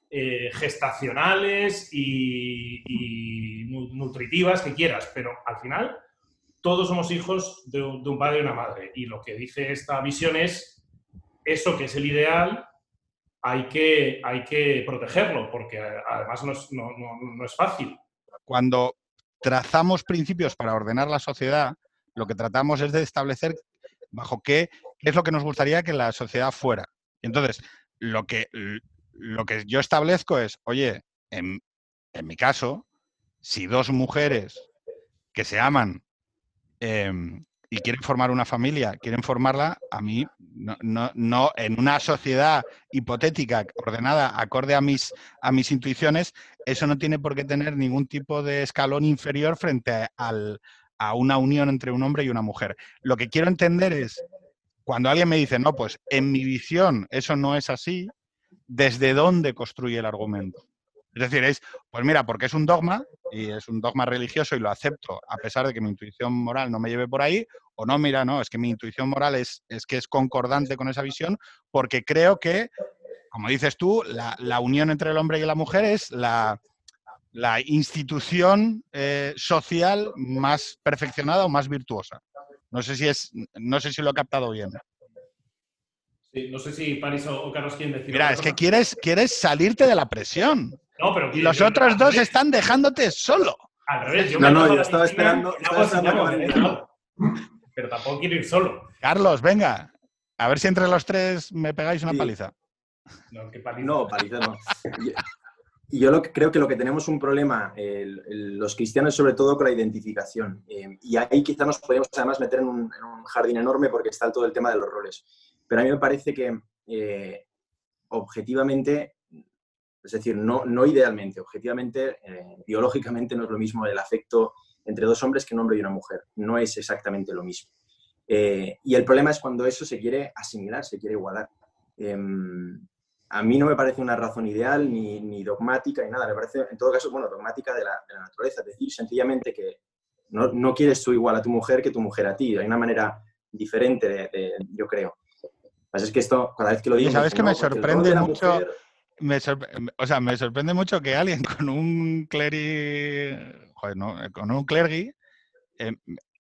eh, gestacionales y, y nutritivas que quieras, pero al final todos somos hijos de un, de un padre y una madre. Y lo que dice esta visión es eso que es el ideal, hay que, hay que protegerlo, porque además no es, no, no, no es fácil. Cuando trazamos principios para ordenar la sociedad, lo que tratamos es de establecer bajo qué, qué es lo que nos gustaría que la sociedad fuera. Y entonces, lo que, lo que yo establezco es, oye, en, en mi caso, si dos mujeres que se aman eh, y quieren formar una familia, quieren formarla, a mí, no, no, no, en una sociedad hipotética, ordenada, acorde a mis, a mis intuiciones, eso no tiene por qué tener ningún tipo de escalón inferior frente al, a una unión entre un hombre y una mujer. Lo que quiero entender es, cuando alguien me dice, no, pues en mi visión eso no es así, ¿desde dónde construye el argumento? Es decir, es, pues mira, porque es un dogma, y es un dogma religioso y lo acepto a pesar de que mi intuición moral no me lleve por ahí, o no, mira, no, es que mi intuición moral es, es que es concordante con esa visión, porque creo que, como dices tú, la, la unión entre el hombre y la mujer es la, la institución eh, social más perfeccionada o más virtuosa. No sé si es, no sé si lo he captado bien. Sí, no sé si París o, o Carlos quieren decir. Mira, es que quieres, quieres salirte de la presión. No, pero y los otros dos revés. están dejándote solo. Al revés, yo no, me no, tomo yo la estaba piscina esperando, y estaba hago así, esperando vamos, que me me dijeran. dejo. Pero tampoco quiero ir solo. Carlos, venga. A ver si entre los tres me pegáis una Sí. paliza. No, qué paliza. No, paliza no. Yo, yo lo que, creo que lo que tenemos un problema, el, el, los cristianos, sobre todo con la identificación. Eh, y ahí quizá nos podemos además meter en un, en un jardín enorme porque está todo el tema de los roles. Pero a mí me parece que eh, objetivamente, es decir, no, no idealmente, objetivamente, eh, biológicamente no es lo mismo el afecto entre dos hombres que un hombre y una mujer. No es exactamente lo mismo. Eh, y el problema es cuando eso se quiere asimilar, se quiere igualar. Eh, a mí no me parece una razón ideal, ni, ni dogmática, ni nada. Me parece, en todo caso, bueno, dogmática de la, de la naturaleza. Es decir, sencillamente que no, no quieres tú igual a tu mujer que tu mujer a ti. Hay una manera diferente, de, de, yo creo. Lo que pasa es que esto, cada vez que lo digo... Y sabes que no, me sorprende mucho... Mujer... Me sorpre... O sea, me sorprende mucho que alguien con un cleri... Joder, no, con un clergy eh,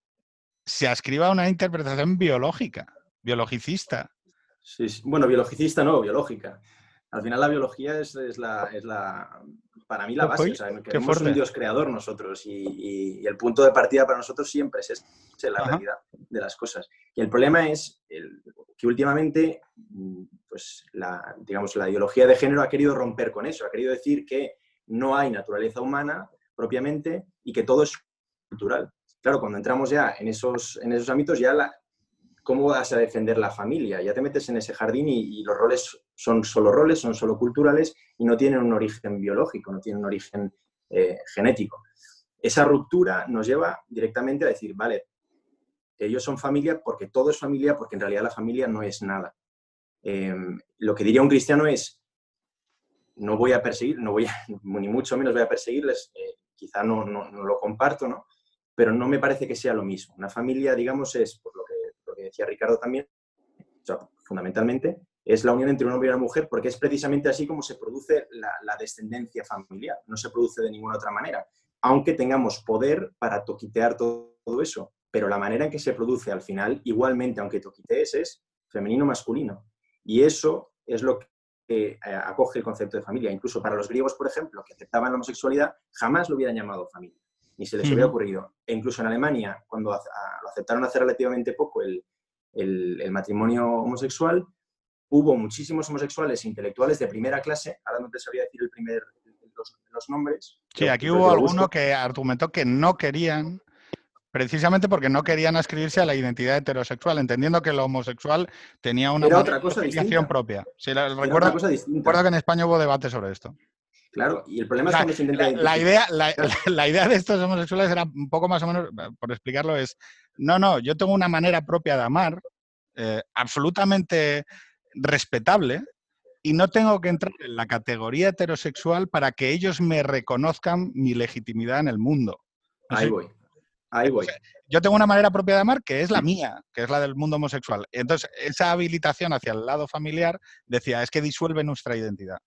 se ascriba a una interpretación biológica, biologicista. Sí, sí. Bueno, biologicista no, biológica. Al final la biología es, es, la, es la, para mí la base. O sea, queremos un Dios creador nosotros y, y, y el punto de partida para nosotros siempre es, es la Ajá. realidad de las cosas. Y el problema es el, que últimamente, pues, la, digamos, la ideología de género ha querido romper con eso. Ha querido decir que no hay naturaleza humana propiamente y que todo es cultural. Claro, cuando entramos ya en esos, en esos ámbitos, ya la, ¿cómo vas a defender la familia? Ya te metes en ese jardín y, y los roles son solo roles, son solo culturales y no tienen un origen biológico, no tienen un origen eh, genético. Esa ruptura nos lleva directamente a decir, vale, ellos son familia porque todo es familia, porque en realidad la familia no es nada. Eh, lo que diría un cristiano es, no voy a perseguir, no voy a, ni mucho menos voy a perseguirles, eh, quizá no, no, no lo comparto, ¿no? Pero no me parece que sea lo mismo. Una familia, digamos, es, por lo que, lo que decía Ricardo también, o sea, fundamentalmente, es la unión entre un hombre y una mujer, porque es precisamente así como se produce la, la descendencia familiar. No se produce de ninguna otra manera, aunque tengamos poder para toquitear todo, todo eso. Pero la manera en que se produce al final, igualmente, aunque toquitees, es femenino-masculino. Y eso es lo que eh, acoge el concepto de familia. Incluso para los griegos, por ejemplo, que aceptaban la homosexualidad, jamás lo hubieran llamado familia. Ni se les hubiera ocurrido. E incluso en Alemania, cuando a, a, lo aceptaron hace relativamente poco el, el, el matrimonio homosexual, hubo muchísimos homosexuales intelectuales de primera clase, ahora no te sabría decir el primer, los, los nombres. Sí, aquí hubo alguno que argumentó que no querían, precisamente porque no querían adscribirse a la identidad heterosexual, entendiendo que lo homosexual tenía una Era otra cosa distinta. propia. Sí, la, Era recuerdo, otra cosa distinta. recuerdo que en España hubo debate sobre esto. Claro, y el problema o sea, es cuando se intenta la, la, idea, la, la idea de estos homosexuales era un poco más o menos, por explicarlo, es, no, no, yo tengo una manera propia de amar, eh, absolutamente respetable, y no tengo que entrar en la categoría heterosexual para que ellos me reconozcan mi legitimidad en el mundo. No Ahí sé, voy, ahí voy. Yo tengo una manera propia de amar que es la mía, que es la del mundo homosexual. Entonces, esa habilitación hacia el lado familiar decía, es que disuelve nuestra identidad.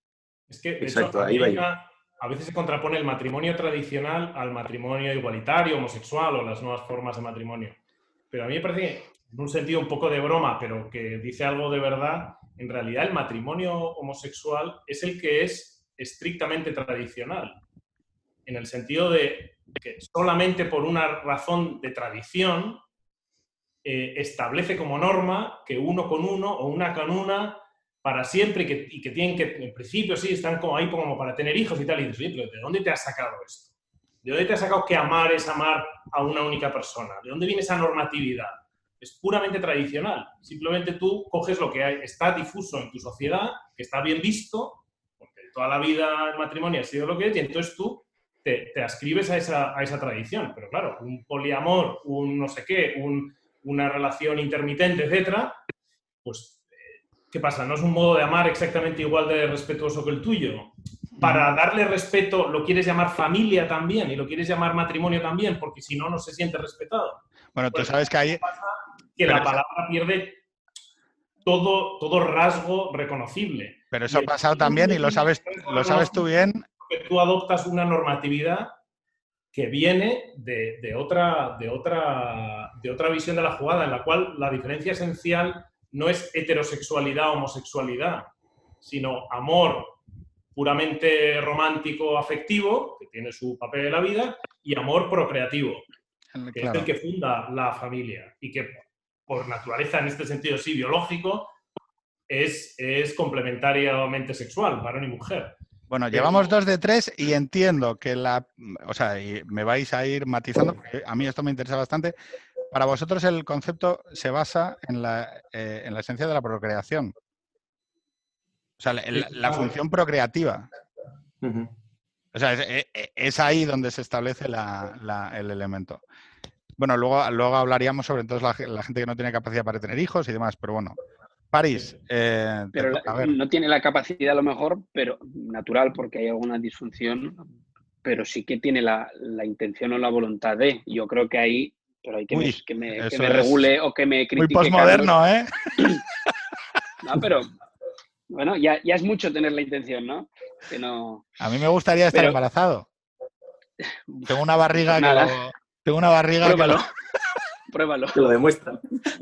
Es que, de Exacto, hecho, ahí va yo. a veces se contrapone el matrimonio tradicional al matrimonio igualitario, homosexual o las nuevas formas de matrimonio. Pero a mí me parece que, en un sentido un poco de broma, pero que dice algo de verdad, en realidad el matrimonio homosexual es el que es estrictamente tradicional, en el sentido de que solamente por una razón de tradición eh, establece como norma que uno con uno o una con una para siempre y que, y que tienen que, en principio sí, están como ahí como para tener hijos y tal, y dices, oye, pero ¿de dónde te has sacado esto? ¿De dónde te has sacado que amar es amar a una única persona? ¿De dónde viene esa normatividad? Es puramente tradicional. Simplemente tú coges lo que hay, está difuso en tu sociedad, que está bien visto, porque toda la vida el matrimonio ha sido lo que es, y entonces tú te, te ascribes a esa, a esa tradición. Pero claro, un poliamor, un no sé qué, un, una relación intermitente, etcétera, pues ¿qué pasa? ¿No es un modo de amar exactamente igual de respetuoso que el tuyo? Para darle respeto, ¿lo quieres llamar familia también? ¿Y lo quieres llamar matrimonio también? Porque si no, no se siente respetado. Bueno, tú pues, sabes que hay... Que la palabra pierde todo, todo rasgo reconocible. Pero eso ha pasado también y lo sabes, lo sabes tú bien. Que tú adoptas una normatividad que viene de, de, otra, de, otra, de otra visión de la jugada, en la cual la diferencia esencial no es heterosexualidad o homosexualidad, sino amor puramente romántico, afectivo, que tiene su papel en la vida, y amor procreativo, que claro. es el que funda la familia y que, por naturaleza, en este sentido sí biológico, es, es complementariamente sexual, varón y mujer. Bueno, Pero... llevamos dos de tres y entiendo que la... O sea, y me vais a ir matizando, porque a mí esto me interesa bastante. Para vosotros el concepto se basa en la, eh, en la esencia de la procreación. O sea, la, la, la función procreativa. Uh-huh. O sea, es, es ahí donde se establece la, la, el elemento. Bueno, luego, luego hablaríamos sobre entonces la, la gente que no tiene capacidad para tener hijos y demás, pero bueno. París, eh, pero la, no tiene la capacidad a lo mejor, pero natural porque hay alguna disfunción, pero sí que tiene la, la intención o la voluntad de. Yo creo que ahí, pero hay que, Uy, me, que me, que me regule o que me critique. Muy posmoderno, Carlos. ¿eh? No, pero bueno, ya, ya es mucho tener la intención, ¿no? Que no... A mí me gustaría estar pero... embarazado. Tengo una barriga pues que lo... Tengo una barriga Pruébalo. que lo... Pruébalo. Te lo demuestra.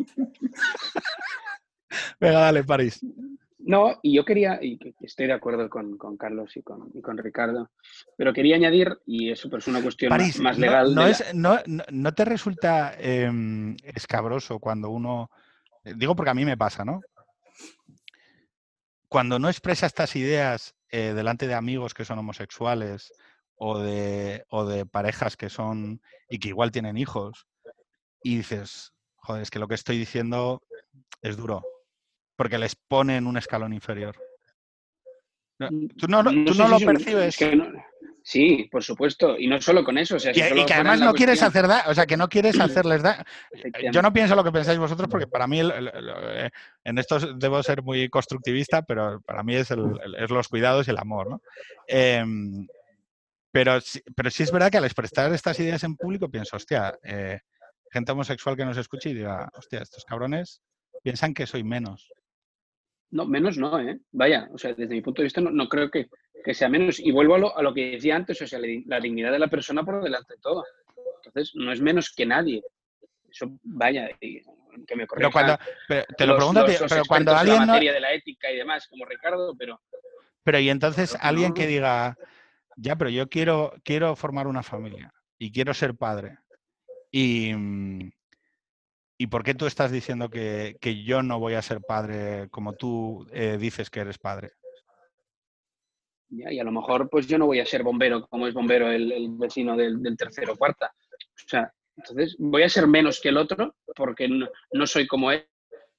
Venga, dale, París. No, y yo quería, y estoy de acuerdo con, con Carlos y con, y con Ricardo, pero quería añadir, y eso pues es una cuestión París, más legal. No, no, la... es, no, no te resulta eh, escabroso cuando uno, digo porque a mí me pasa, ¿no? Cuando no expresa estas ideas eh, delante de amigos que son homosexuales o de, o de parejas que son y que igual tienen hijos, y dices, joder, es que lo que estoy diciendo es duro, porque les pone en un escalón inferior. ¿Tú no, no, ¿tú no, no lo percibes? Es que no, sí, por supuesto, y no solo con eso. O sea, si y, solo y que además no quieres hacer daño, o sea, que no quieres hacerles daño. Yo no pienso lo que pensáis vosotros, porque para mí, el, el, el, en esto debo ser muy constructivista, pero para mí es, el, es los cuidados y el amor, ¿no? Eh, pero, pero sí es verdad que al expresar estas ideas en público pienso, hostia, eh, gente homosexual que nos escuche y diga, hostia, estos cabrones piensan que soy menos. No, menos no, ¿eh? Vaya, o sea, desde mi punto de vista no, no creo que, que sea menos. Y vuelvo a lo, a lo que decía antes, o sea, la, la dignidad de la persona por delante de todo. Entonces, no es menos que nadie. Eso, vaya, y, que me corrija. Pero cuando, pero te lo pregunto, los, los pero cuando alguien de la materia no... de la ética y demás, como Ricardo, pero... Pero y entonces pero, alguien no. que diga, ya, pero yo quiero, quiero formar una familia y quiero ser padre. Y... ¿Y por qué tú estás diciendo que, que yo no voy a ser padre como tú eh, dices que eres padre? Ya, y a lo mejor pues yo no voy a ser bombero como es bombero el, el vecino del, del tercero o cuarta. O sea, entonces voy a ser menos que el otro porque no, no soy como él.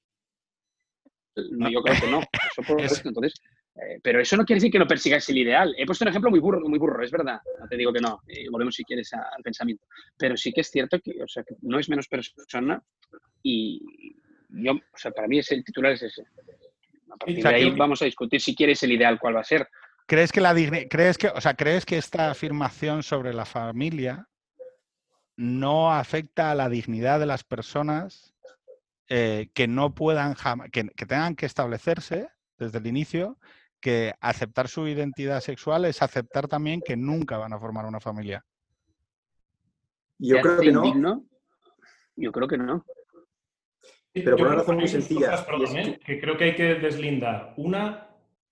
No, yo creo que no. Eso por es... Entonces, eh, pero eso no quiere decir que no persigas el ideal. He puesto un ejemplo muy burro, muy burro, es verdad. No te digo que no. Eh, volvemos si quieres a, al pensamiento. Pero sí que es cierto que, o sea, que no es menos persona. Y yo, o sea, para mí es el titular es ese. A partir o sea, de ahí que... vamos a discutir si quieres el ideal cuál va a ser. ¿Crees que la digni... crees que, o sea, crees que esta afirmación sobre la familia no afecta a la dignidad de las personas eh, que no puedan jamás, que, que tengan que establecerse desde el inicio que aceptar su identidad sexual es aceptar también que nunca van a formar una familia. Yo creo que no. Indigno? Yo creo que no. Pero por una razón muy sencilla. Cosas, perdón, ¿eh? que creo que hay que deslindar. Una,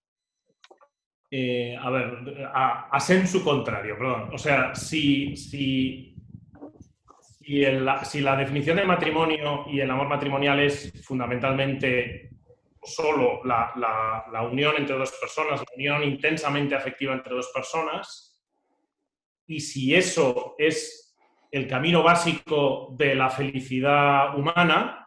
eh, a ver, a, a sensu contrario, perdón. O sea, si, si, si, el, si la definición de matrimonio y el amor matrimonial es fundamentalmente solo la, la, la unión entre dos personas, la unión intensamente afectiva entre dos personas, y si eso es el camino básico de la felicidad humana,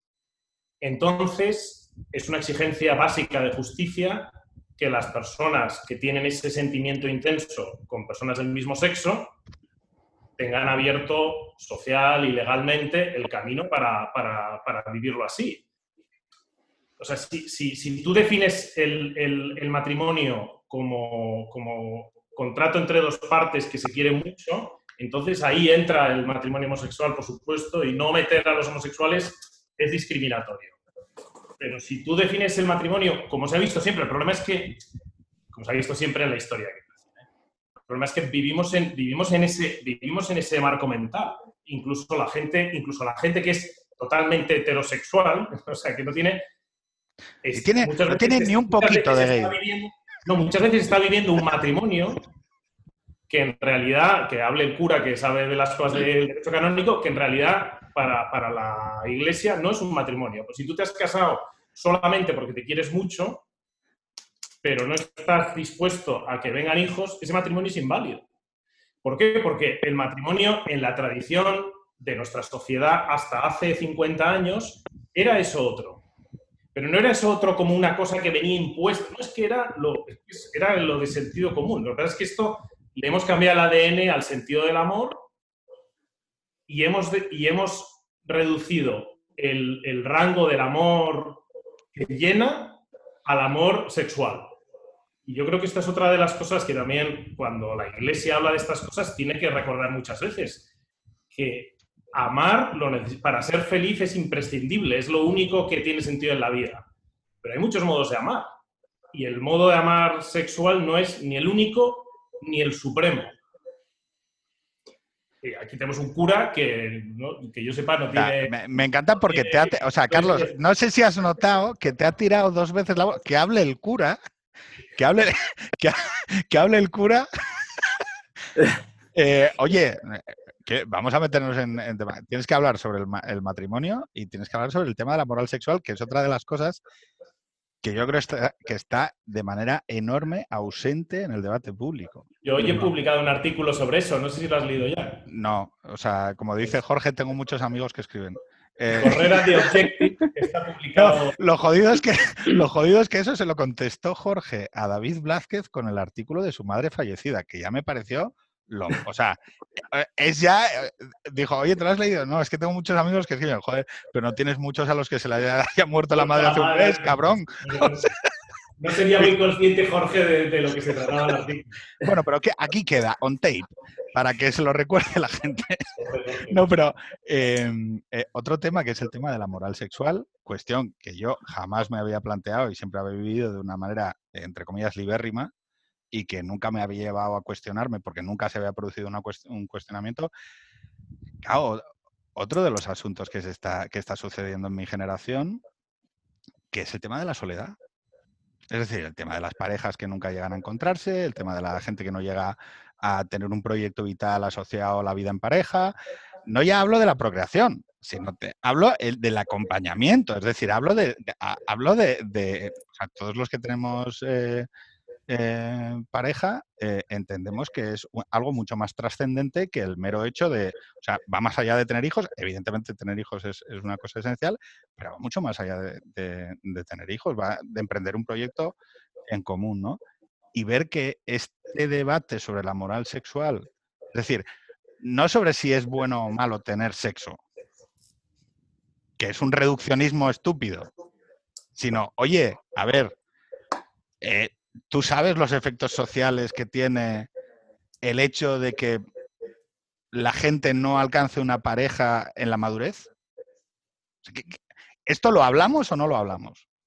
entonces es una exigencia básica de justicia que las personas que tienen ese sentimiento intenso con personas del mismo sexo tengan abierto social y legalmente el camino para, para, para vivirlo así. O sea, si, si, si tú defines el, el, el matrimonio como, como contrato entre dos partes que se quieren mucho, entonces ahí entra el matrimonio homosexual, por supuesto, y no meter a los homosexuales es discriminatorio. Pero si tú defines el matrimonio, como se ha visto siempre, el problema es que, como se ha visto siempre en la historia, el problema es que vivimos en, vivimos en, ese, vivimos en ese marco mental. Incluso la gente, incluso la gente que es totalmente heterosexual, o sea, que no tiene... Es, tiene no tiene ni un poquito de gay. Viviendo, no, muchas veces está viviendo un matrimonio que en realidad, que hable el cura que sabe de las cosas del derecho canónico, que en realidad para, para la Iglesia no es un matrimonio. Pues si tú te has casado solamente porque te quieres mucho, pero no estás dispuesto a que vengan hijos, ese matrimonio es inválido. ¿Por qué? Porque el matrimonio en la tradición de nuestra sociedad hasta hace cincuenta años era eso otro. Pero no era eso otro como una cosa que venía impuesta, no, es que era lo, era lo de sentido común. Lo que pasa es que esto le hemos cambiado el A D N al sentido del amor y hemos, de, y hemos reducido el, el rango del amor que llena al amor sexual. Y yo creo que esta es otra de las cosas que también, cuando la Iglesia habla de estas cosas, tiene que recordar muchas veces. Que amar, lo para ser feliz, es imprescindible, es lo único que tiene sentido en la vida. Pero hay muchos modos de amar. Y el modo de amar sexual no es ni el único ni el supremo. Y aquí tenemos un cura que, ¿no? que yo sepa no tiene... Me, me encanta porque te ha... O sea, Carlos, no sé si has notado que te ha tirado dos veces la voz. Que hable el cura... Que hable, que, que hable el cura. eh, oye, que vamos a meternos en, en tema. Tienes que hablar sobre el, el matrimonio y tienes que hablar sobre el tema de la moral sexual, que es otra de las cosas que yo creo está, que está de manera enorme ausente en el debate público. Yo hoy he publicado un artículo sobre eso, no sé si lo has leído ya. No, o sea, como dice Jorge, tengo muchos amigos que escriben. Eh... Correra de Objective, que está publicado. No, lo, jodido es que, lo jodido es que eso se lo contestó Jorge a David Blázquez con el artículo de su madre fallecida, que ya me pareció, lo, o sea, es ya, dijo, oye, ¿te lo has leído? No, es que tengo muchos amigos que escriben, joder, pero no tienes muchos a los que se le haya, haya muerto la madre hace un mes, cabrón. O sea, no sería muy consciente, Jorge, de, de lo que se trataba el artículo. Bueno, pero que aquí queda, on tape, para que se lo recuerde la gente. No, pero eh, eh, otro tema que es el tema de la moral sexual, cuestión que yo jamás me había planteado y siempre había vivido de una manera, entre comillas, libérrima, y que nunca me había llevado a cuestionarme porque nunca se había producido una cuest un cuestionamiento. Claro, otro de los asuntos que, se está, que está sucediendo en mi generación, que es el tema de la soledad. Es decir, el tema de las parejas que nunca llegan a encontrarse, el tema de la gente que no llega a tener un proyecto vital asociado a la vida en pareja. No ya hablo de la procreación, sino te, hablo el, del acompañamiento. Es decir, hablo de, de, a, hablo de, de o sea, todos los que tenemos eh, eh, pareja eh, entendemos que es algo mucho más trascendente que el mero hecho de, o sea, va más allá de tener hijos. Evidentemente tener hijos es, es una cosa esencial, pero va mucho más allá de, de, de tener hijos, va de emprender un proyecto en común, ¿no? Y ver que este debate sobre la moral sexual, es decir, no sobre si es bueno o malo tener sexo, que es un reduccionismo estúpido, sino, oye, a ver, eh, ¿tú sabes los efectos sociales que tiene el hecho de que la gente no alcance una pareja en la madurez? ¿Esto lo hablamos o no lo hablamos? O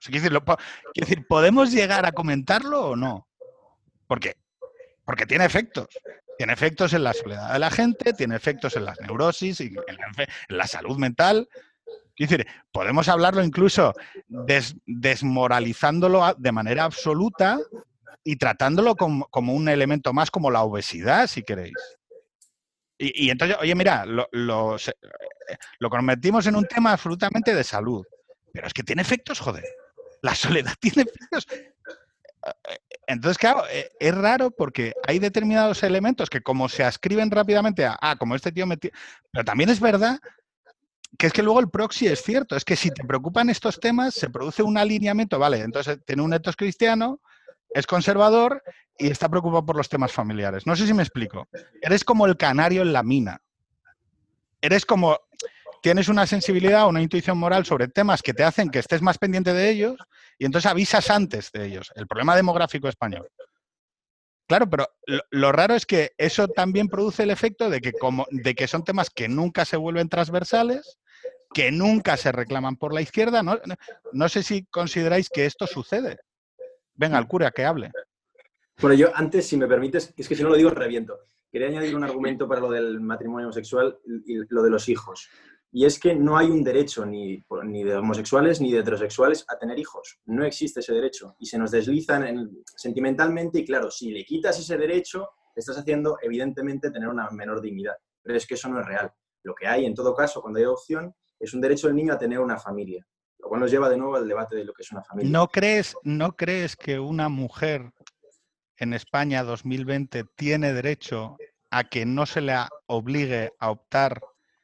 quiero decir, lo, quiero decir, ¿podemos llegar a comentarlo o no? ¿Por qué? Porque tiene efectos. Tiene efectos en la soledad de la gente, tiene efectos en las neurosis, y en, la, en la salud mental. Quiero decir, podemos hablarlo incluso des, desmoralizándolo de manera absoluta y tratándolo como, como un elemento más, como la obesidad, si queréis. Y, y entonces, oye, mira, lo, lo, lo convertimos en un tema absolutamente de salud. Pero es que tiene efectos, joder. La soledad tiene efectos. Entonces, claro, es raro porque hay determinados elementos que como se ascriben rápidamente a, ah, como este tío me... Pero también es verdad que es que luego el proxy es cierto. Es que si te preocupan estos temas, se produce un alineamiento, vale, entonces tiene un etos cristiano, es conservador y está preocupado por los temas familiares. No sé si me explico. Eres como el canario en la mina. Eres como... Tienes una sensibilidad o una intuición moral sobre temas que te hacen que estés más pendiente de ellos y entonces avisas antes de ellos. El problema demográfico español. Claro, pero lo, lo raro es que eso también produce el efecto de que, como, de que son temas que nunca se vuelven transversales, que nunca se reclaman por la izquierda. No, no, no sé si consideráis que esto sucede. Venga, el cura, que hable. Bueno, yo antes, si me permites, es que si no lo digo, reviento. Quería añadir un argumento para lo del matrimonio homosexual y lo de los hijos. Y es que no hay un derecho ni, ni de homosexuales ni de heterosexuales a tener hijos. No existe ese derecho. Y se nos deslizan en, sentimentalmente y claro, si le quitas ese derecho, estás haciendo evidentemente tener una menor dignidad. Pero es que eso no es real. Lo que hay, en todo caso, cuando hay adopción, es un derecho del niño a tener una familia. Lo cual nos lleva de nuevo al debate de lo que es una familia. ¿No crees, no crees que una mujer en España dos mil veinte tiene derecho a que no se le obligue a optar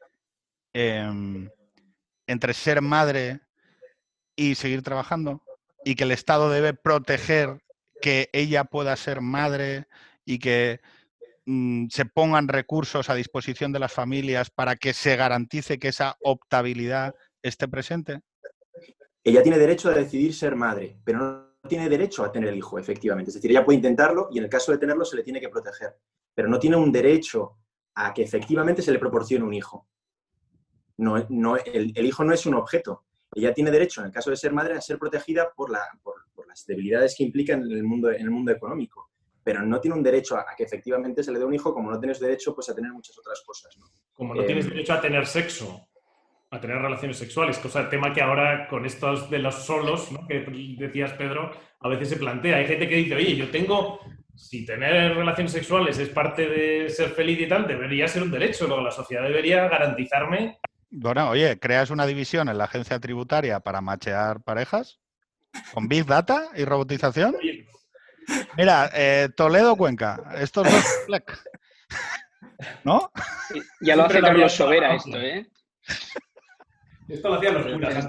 Eh, entre ser madre y seguir trabajando? Y que el Estado debe proteger que ella pueda ser madre y que mm, se pongan recursos a disposición de las familias para que se garantice que esa optabilidad esté presente. Ella tiene derecho a decidir ser madre, pero no tiene derecho a tener el hijo, efectivamente. Es decir, ella puede intentarlo y en el caso de tenerlo se le tiene que proteger, pero no tiene un derecho a que efectivamente se le proporcione un hijo. No, no, el, el hijo no es un objeto. Ella tiene derecho, en el caso de ser madre, a ser protegida por, la, por, por las debilidades que implican en el, mundo, en el mundo económico. Pero no tiene un derecho a, a que efectivamente se le dé un hijo, como no tienes derecho pues, a tener muchas otras cosas, ¿no? Como no eh, tienes derecho a tener sexo, a tener relaciones sexuales, cosa, tema que ahora con estos de los solos, ¿no?, que decías, Pedro, a veces se plantea. Hay gente que dice, oye, yo tengo... Si tener relaciones sexuales es parte de ser feliz y tal, debería ser un derecho. Luego la sociedad debería garantizarme... Bueno, oye, creas una división en la agencia tributaria para machear parejas con Big Data y robotización. Mira, eh, Toledo, Cuenca, estos dos... ¿No? Ya lo hace Carlos Sobera esto, ¿eh? Esto lo hacían los curas.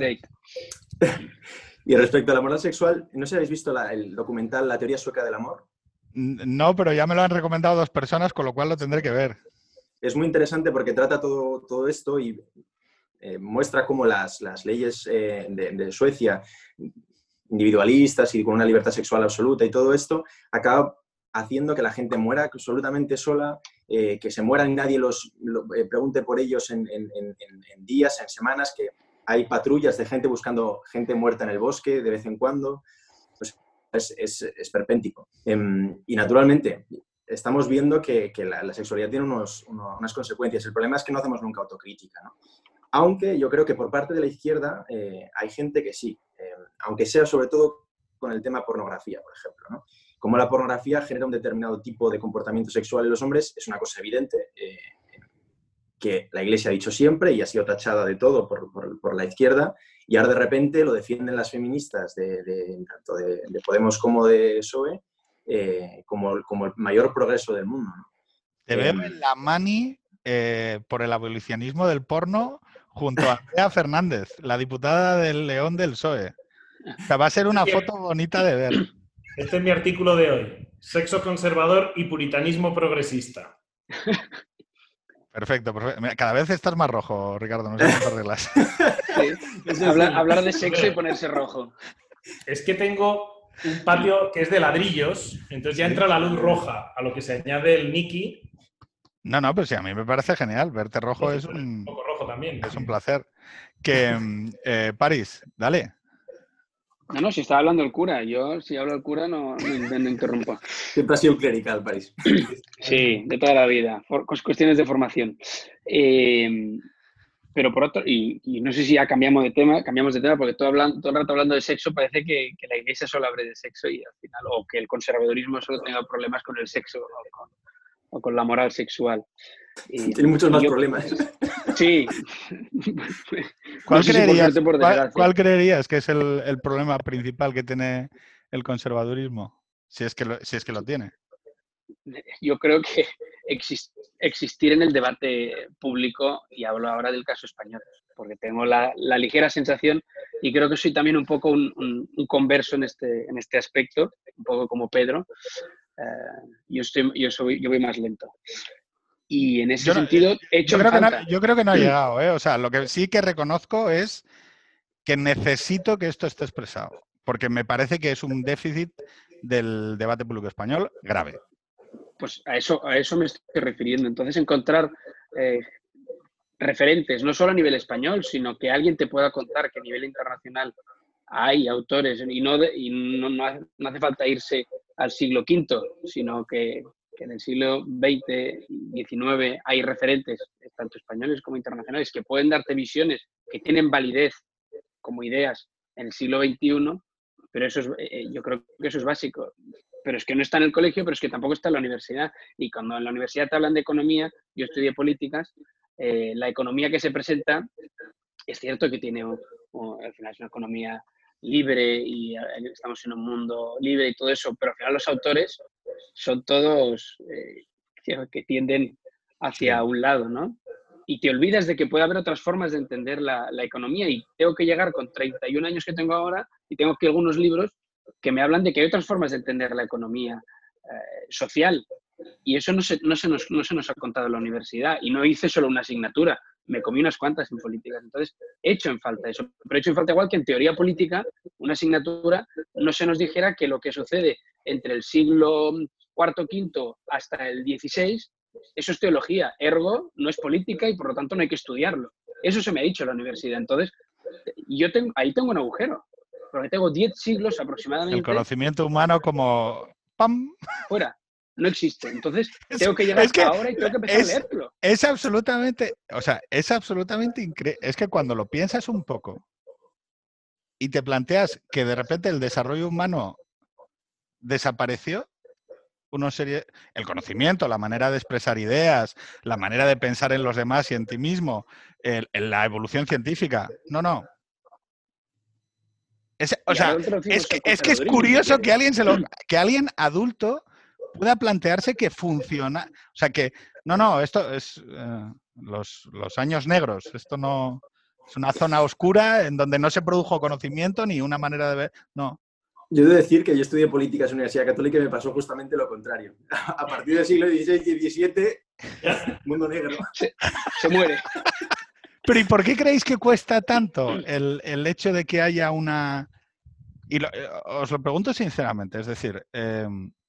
Y respecto a la moral sexual, ¿no sé si habéis visto la, el documental La teoría sueca del amor? No, pero ya me lo han recomendado dos personas, con lo cual lo tendré que ver. Es muy interesante porque trata todo, todo esto y eh, muestra cómo las, las leyes eh, de, de Suecia, individualistas y con una libertad sexual absoluta y todo esto, acaba haciendo que la gente muera absolutamente sola, eh, que se mueran y nadie los lo, eh, pregunte por ellos en, en, en, en días, en semanas, que hay patrullas de gente buscando gente muerta en el bosque de vez en cuando. Pues es, es, es perpéntico. Eh, y naturalmente... estamos viendo que, que la, la sexualidad tiene unos, unos, unas consecuencias. El problema es que no hacemos nunca autocrítica, ¿no? Aunque yo creo que por parte de la izquierda eh, hay gente que sí, eh, aunque sea sobre todo con el tema pornografía, por ejemplo, ¿no? Como la pornografía genera un determinado tipo de comportamiento sexual en los hombres, es una cosa evidente eh, que la Iglesia ha dicho siempre y ha sido tachada de todo por, por, por la izquierda, y ahora de repente lo defienden las feministas de, de, tanto de, de Podemos como de P S O E, Eh, como, como el mayor progreso del mundo, ¿no? Te veo eh, en la mani eh, por el abolicionismo del porno junto a Andrea Fernández, la diputada del León del P S O E. O sea, va a ser una foto bonita de ver. Este es mi artículo de hoy. Sexo conservador y puritanismo progresista. Perfecto, perfecto. Cada vez estás más rojo, Ricardo, no sé si te arreglas. Sí. Hablar, hablar de sexo y ponerse rojo. Es que tengo un patio que es de ladrillos, entonces ya entra la luz roja, a lo que se añade el Nicky. No, no, pero sí, a mí me parece genial. Verte rojo sí, es un, un poco rojo también. Es un placer. Que, eh, París, dale. No, no, si estaba hablando el cura. Yo, si hablo el cura, no, no, no interrumpo. Siempre ha sido clerical, París. Sí, de toda la vida. For, cuestiones de formación. Eh, pero por otro, y, y no sé si ya cambiamos de tema, cambiamos de tema porque todo, hablando, todo el rato hablando de sexo parece que, que la iglesia solo hable de sexo y al final, o que el conservadurismo solo tenga problemas con el sexo o con, o con la moral sexual. Y, Tiene muchos más yo, problemas. Sí. ¿Cuál, no sé creerías, si por ¿cuál, ¿Cuál creerías que es el, el problema principal que tiene el conservadurismo? Si es que lo, si es que lo tiene. Yo creo que exist, existir en el debate público, y hablo ahora del caso español, porque tengo la, la ligera sensación, y creo que soy también un poco un, un, un converso en este, en este aspecto, un poco como Pedro. Uh, yo, estoy, yo, soy, yo voy más lento. Y en ese yo sentido, no, he hecho yo creo, falta. que no, yo creo que no ha llegado, ¿eh? O sea, lo que sí que reconozco es que necesito que esto esté expresado, porque me parece que es un déficit del debate público español grave. Pues a eso, a eso me estoy refiriendo. Entonces, encontrar eh, referentes, no solo a nivel español, sino que alguien te pueda contar que a nivel internacional hay autores, y no, de, y no, no, hace, no hace falta irse al siglo quinto, sino que, que en el siglo veinte, diecinueve hay referentes, tanto españoles como internacionales, que pueden darte visiones que tienen validez como ideas en el siglo veintiuno, pero eso es, eh, yo creo que eso es básico. Pero es que no está en el colegio, pero es que tampoco está en la universidad. Y cuando en la universidad te hablan de economía, yo estudié políticas, eh, la economía que se presenta, es cierto que tiene, un, un, al final es una economía libre y estamos en un mundo libre y todo eso, pero al final los autores son todos eh, que tienden hacia sí. un lado, ¿no? Y te olvidas de que puede haber otras formas de entender la, la economía, y tengo que llegar con treinta y un años que tengo ahora y tengo que algunos libros que me hablan de que hay otras formas de entender la economía eh, social, y eso no se, no, se nos, no se nos ha contado en la universidad, y no hice solo una asignatura, me comí unas cuantas en políticas. Entonces he hecho en falta eso, pero he hecho en falta igual que en teoría política una asignatura no se nos dijera que lo que sucede entre el siglo cuarto, quinto hasta el dieciséis, eso es teología, ergo no es política y por lo tanto no hay que estudiarlo. Eso se me ha dicho en la universidad. Entonces yo tengo, ahí tengo un agujero, porque tengo diez siglos aproximadamente. El conocimiento humano como ¡pam! Fuera, no existe. Entonces tengo que llegar es que ahora y tengo que empezar es, a leerlo. Es absolutamente, o sea, es absolutamente increíble. Es que cuando lo piensas un poco y te planteas que de repente el desarrollo humano desapareció, una serie, el conocimiento, la manera de expresar ideas, la manera de pensar en los demás y en ti mismo, el, el, la evolución científica. No, no. Es, o sea, es que, es que es curioso que alguien, se lo, que alguien adulto pueda plantearse que funciona. O sea, que no, no, esto es eh, los, los años negros. Esto no es una zona oscura en donde no se produjo conocimiento ni una manera de ver. No. Yo he de decir que yo estudié políticas en la Universidad Católica y me pasó justamente lo contrario. A partir del siglo dieciséis y diecisiete, mundo negro. Se, se muere. Pero ¿y por qué creéis que cuesta tanto el, el hecho de que haya una... Y lo, os lo pregunto sinceramente, es decir, eh,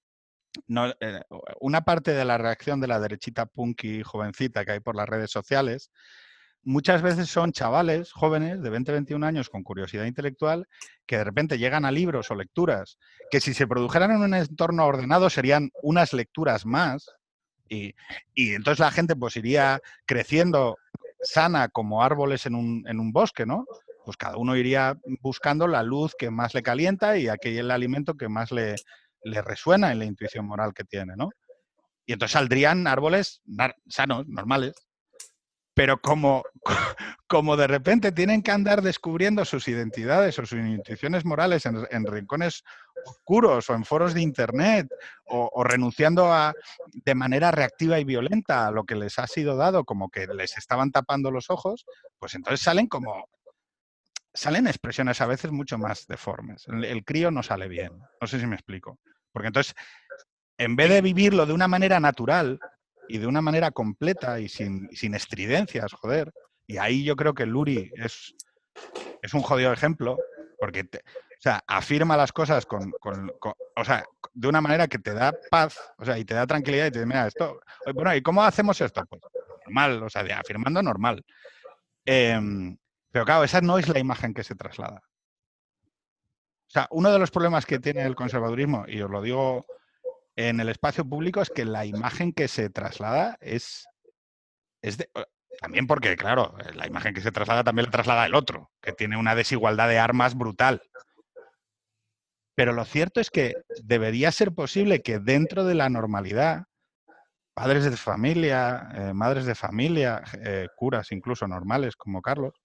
no, eh, una parte de la reacción de la derechita punky jovencita que hay por las redes sociales, muchas veces son chavales jóvenes de veinte, veintiún años con curiosidad intelectual que de repente llegan a libros o lecturas que si se produjeran en un entorno ordenado serían unas lecturas más y, y entonces la gente pues iría creciendo sana como árboles en un, en un bosque, ¿no? Pues cada uno iría buscando la luz que más le calienta y aquel alimento que más le, le resuena en la intuición moral que tiene, ¿no? Y entonces saldrían árboles sanos, normales. Pero como, como de repente tienen que andar descubriendo sus identidades o sus intuiciones morales en, en rincones oscuros o en foros de internet o, o renunciando a, de manera reactiva y violenta a lo que les ha sido dado, como que les estaban tapando los ojos, pues entonces salen como... Salen expresiones a veces mucho más deformes. El, el crío no sale bien. No sé si me explico. Porque entonces, en vez de vivirlo de una manera natural y de una manera completa y sin, sin estridencias, joder, y ahí yo creo que Luri es, es un jodido ejemplo, porque te, o sea, afirma las cosas con, con, con, o sea, de una manera que te da paz, o sea, y te da tranquilidad y te dice, mira, esto, bueno, ¿y cómo hacemos esto? Pues normal, o sea, de, afirmando normal. Eh, pero claro, esa no es la imagen que se traslada. sea, uno de los problemas que tiene el conservadurismo, y os lo digo en el espacio público, es que la imagen que se traslada es, es de, también porque, claro, la imagen que se traslada también la traslada el otro, que tiene una desigualdad de armas brutal. Pero lo cierto es que debería ser posible que dentro de la normalidad, padres de familia, eh, madres de familia, eh, curas incluso normales como Carlos,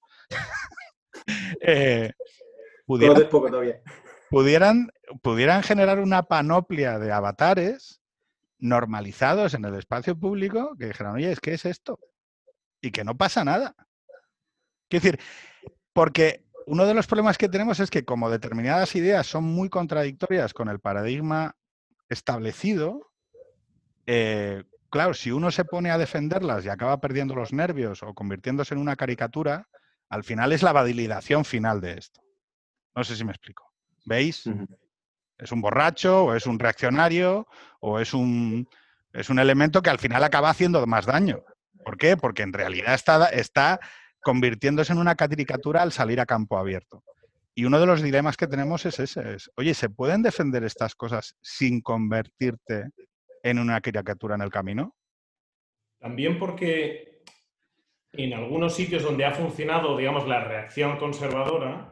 eh, pudieran, poco todavía. pudieran, pudieran generar una panoplia de avatares normalizados en el espacio público que dijeran, oye, es que es esto y que no pasa nada. Quiero decir, porque uno de los problemas que tenemos es que como determinadas ideas son muy contradictorias con el paradigma establecido, eh, claro, si uno se pone a defenderlas y acaba perdiendo los nervios o convirtiéndose en una caricatura, al final es la validación final de esto. No sé si me explico. ¿Veis? Uh-huh. Es un borracho, o es un reaccionario, o es un, es un elemento que al final acaba haciendo más daño. ¿Por qué? Porque en realidad está, está convirtiéndose en una caricatura al salir a campo abierto. Y uno de los dilemas que tenemos es ese. Es, oye, ¿se pueden defender estas cosas sin convertirte en una caricatura en el camino? También porque en algunos sitios donde ha funcionado, digamos, la reacción conservadora,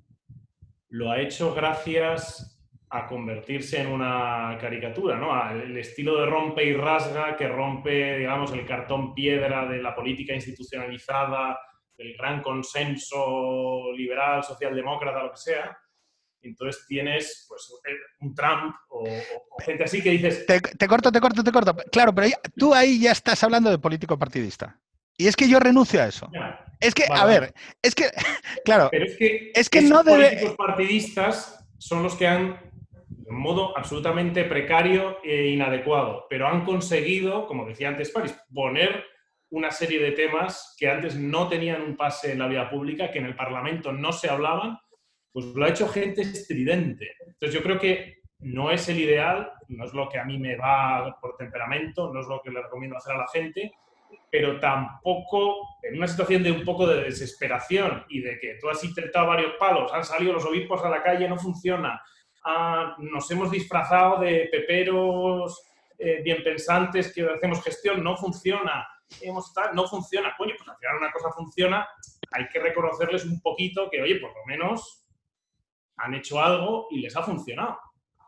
lo ha hecho gracias a convertirse en una caricatura, ¿no? El estilo de rompe y rasga que rompe, digamos, el cartón piedra de la política institucionalizada, del gran consenso liberal, socialdemócrata, lo que sea. Entonces tienes, pues, un Trump o, o gente así que dices... Te, te corto, te corto, te corto. Claro, pero ya, tú ahí ya estás hablando de político partidista. Y es que yo renuncio a eso. Ya. Es que, vale, a ver, es que, claro, pero es que, es que no debe... políticos partidistas son los que han, de un modo absolutamente precario e inadecuado, pero han conseguido, como decía antes París, poner una serie de temas que antes no tenían un pase en la vida pública, que en el Parlamento no se hablaban, pues lo ha hecho gente estridente. Entonces yo creo que no es el ideal, no es lo que a mí me va por temperamento, no es lo que le recomiendo hacer a la gente, pero tampoco en una situación de un poco de desesperación y de que tú has intentado varios palos, han salido los obispos a la calle, no funciona, ah, nos hemos disfrazado de peperos eh, bien pensantes que hacemos gestión, no funciona, hemos tal, no funciona. Coño, pues al final una cosa funciona, hay que reconocerles un poquito que, oye, por lo menos han hecho algo y les ha funcionado.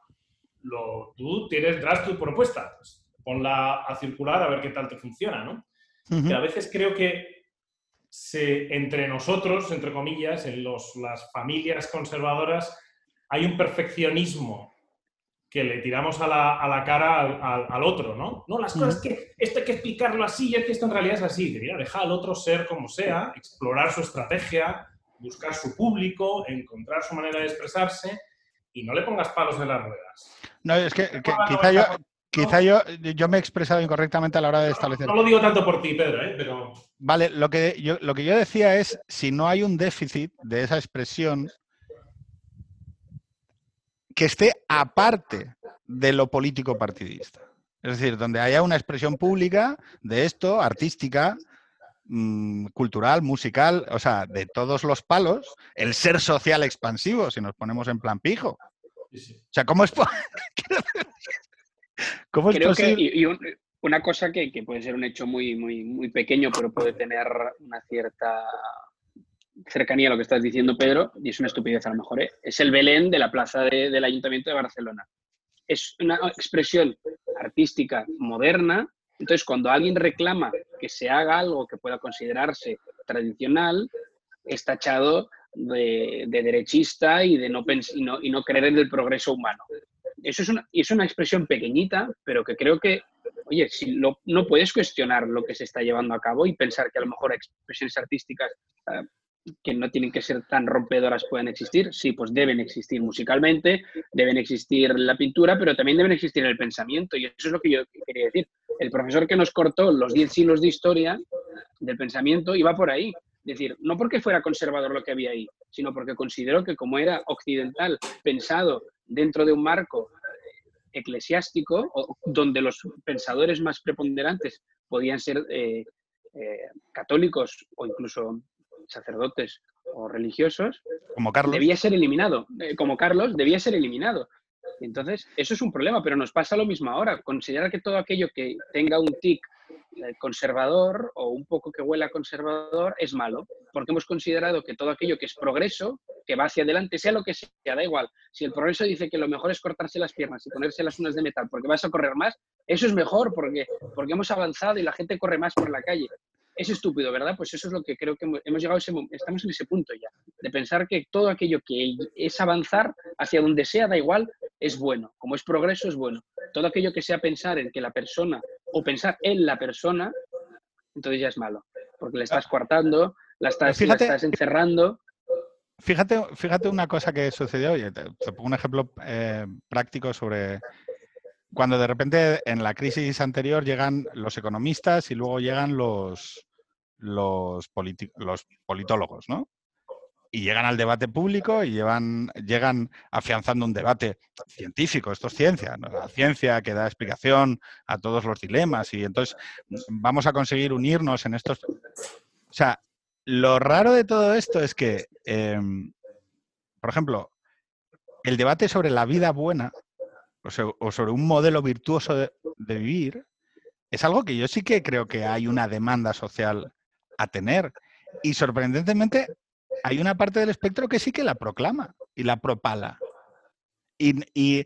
Lo, tú tienes, tras tu propuesta, pues, ponla a circular a ver qué tal te funciona, ¿no? Uh-huh. Que a veces creo que se, entre nosotros, entre comillas, en los, las familias conservadoras, hay un perfeccionismo que le tiramos a la, a la cara al, al, al otro, ¿no? No, las cosas que esto hay que explicarlo así y es que esto en realidad es así. Debería dejar al otro ser como sea, explorar su estrategia, buscar su público, encontrar su manera de expresarse y no le pongas palos en las ruedas. No, es que, que quizá, yo, quizá yo, yo me he expresado incorrectamente a la hora de establecer... No, no lo digo tanto por ti, Pedro, ¿eh? Pero... Vale, lo que, yo, lo que yo decía es, si no hay un déficit de esa expresión que esté aparte de lo político partidista. Es decir, donde haya una expresión pública de esto, artística, mmm, cultural, musical, o sea, de todos los palos, el ser social expansivo, si nos ponemos en plan pijo. Sí, sí. O sea, ¿cómo es, ¿cómo es Creo posible? Que, y, y un, una cosa que, que puede ser un hecho muy, muy, muy pequeño, pero puede tener una cierta cercanía a lo que estás diciendo, Pedro, y es una estupidez a lo mejor, ¿eh? Es el Belén de la plaza de, del Ayuntamiento de Barcelona. Es una expresión artística moderna. Entonces, cuando alguien reclama que se haga algo que pueda considerarse tradicional, es tachado de, de derechista y de no, y, no, y no creer en el progreso humano. Eso es una, y es una expresión pequeñita, pero que creo que, oye, si lo, no puedes cuestionar lo que se está llevando a cabo y pensar que a lo mejor expresiones artísticas uh, que no tienen que ser tan rompedoras pueden existir. Sí, pues deben existir musicalmente, deben existir en la pintura, pero también deben existir en el pensamiento. Y eso es lo que yo quería decir. El profesor que nos cortó los diez siglos de historia del pensamiento iba por ahí. Es decir, no porque fuera conservador lo que había ahí, sino porque consideró que como era occidental, pensado dentro de un marco eclesiástico, o donde los pensadores más preponderantes podían ser eh, eh, católicos o incluso sacerdotes o religiosos, como Carlos, debía ser eliminado. Eh, como Carlos, debía ser eliminado. Entonces, eso es un problema, pero nos pasa lo mismo ahora. Considerar que todo aquello que tenga un tic conservador o un poco que huela conservador es malo, porque hemos considerado que todo aquello que es progreso, que va hacia adelante, sea lo que sea, da igual. Si el progreso dice que lo mejor es cortarse las piernas y ponerse las uñas de metal porque vas a correr más, eso es mejor porque, porque hemos avanzado y la gente corre más por la calle. Es estúpido, ¿verdad? Pues eso es lo que creo que hemos llegado a ese momento, estamos en ese punto ya, de pensar que todo aquello que es avanzar hacia donde sea, da igual, es bueno. Como es progreso, es bueno. Todo aquello que sea pensar en que la persona, o pensar en la persona, entonces ya es malo, porque le estás coartando, la estás, fíjate, la estás encerrando. Fíjate, fíjate una cosa que sucedió, oye, te, te pongo un ejemplo eh, práctico sobre cuando de repente en la crisis anterior llegan los economistas y luego llegan los, los, politi- los politólogos, ¿no? Y llegan al debate público y llevan, llegan afianzando un debate científico. Esto es ciencia, ¿no? La ciencia que da explicación a todos los dilemas y entonces vamos a conseguir unirnos en estos... O sea, lo raro de todo esto es que, eh, por ejemplo, el debate sobre la vida buena o, so, o sobre un modelo virtuoso de, de vivir es algo que yo sí que creo que hay una demanda social a tener y sorprendentemente hay una parte del espectro que sí que la proclama y la propala. Y, y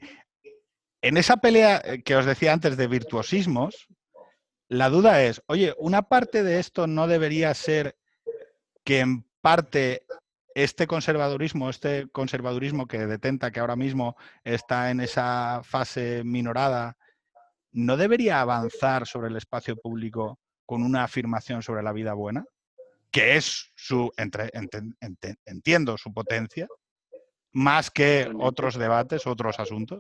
en esa pelea que os decía antes de virtuosismos, la duda es, oye, una parte de esto no debería ser que en parte este conservadurismo, este conservadurismo que detenta, que ahora mismo está en esa fase minorada, ¿no debería avanzar sobre el espacio público con una afirmación sobre la vida buena? Que es su, entre, ent, ent, entiendo, su potencia, más que Totalmente. Otros debates, otros asuntos.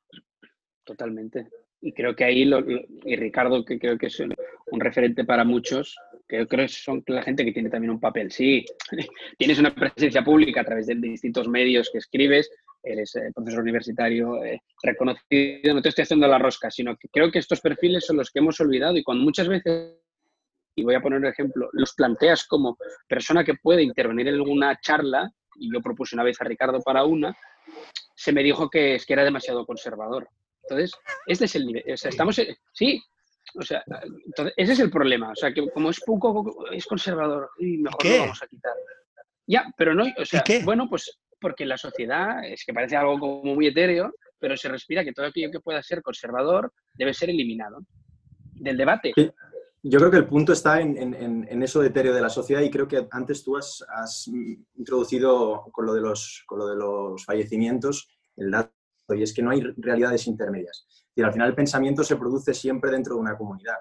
Totalmente. Y creo que ahí, lo, lo, y Ricardo, que creo que es un, un referente para muchos, que yo creo que son la gente que tiene también un papel. Sí, tienes una presencia pública a través de, de distintos medios que escribes, eres eh, profesor universitario eh, reconocido, no te estoy haciendo la rosca, sino que creo que estos perfiles son los que hemos olvidado y cuando muchas veces, y voy a poner un ejemplo, los planteas como persona que puede intervenir en alguna charla, y yo propuse una vez a Ricardo para una, se me dijo que es que era demasiado conservador. Entonces, este es el nivel. O sea, estamos... En, sí, o sea, entonces, ese es el problema. O sea, que como es poco, es conservador, y mejor ¿Qué? lo vamos a quitar. Ya, pero no, o sea, ¿Y qué? bueno, pues porque la sociedad es que parece algo como muy etéreo, pero se respira que todo aquello que pueda ser conservador debe ser eliminado del debate. Sí. Yo creo que el punto está en, en, en eso de etéreo de la sociedad y creo que antes tú has, has introducido con lo, de los, con lo de los fallecimientos el dato, y es que no hay realidades intermedias. Es decir, al final el pensamiento se produce siempre dentro de una comunidad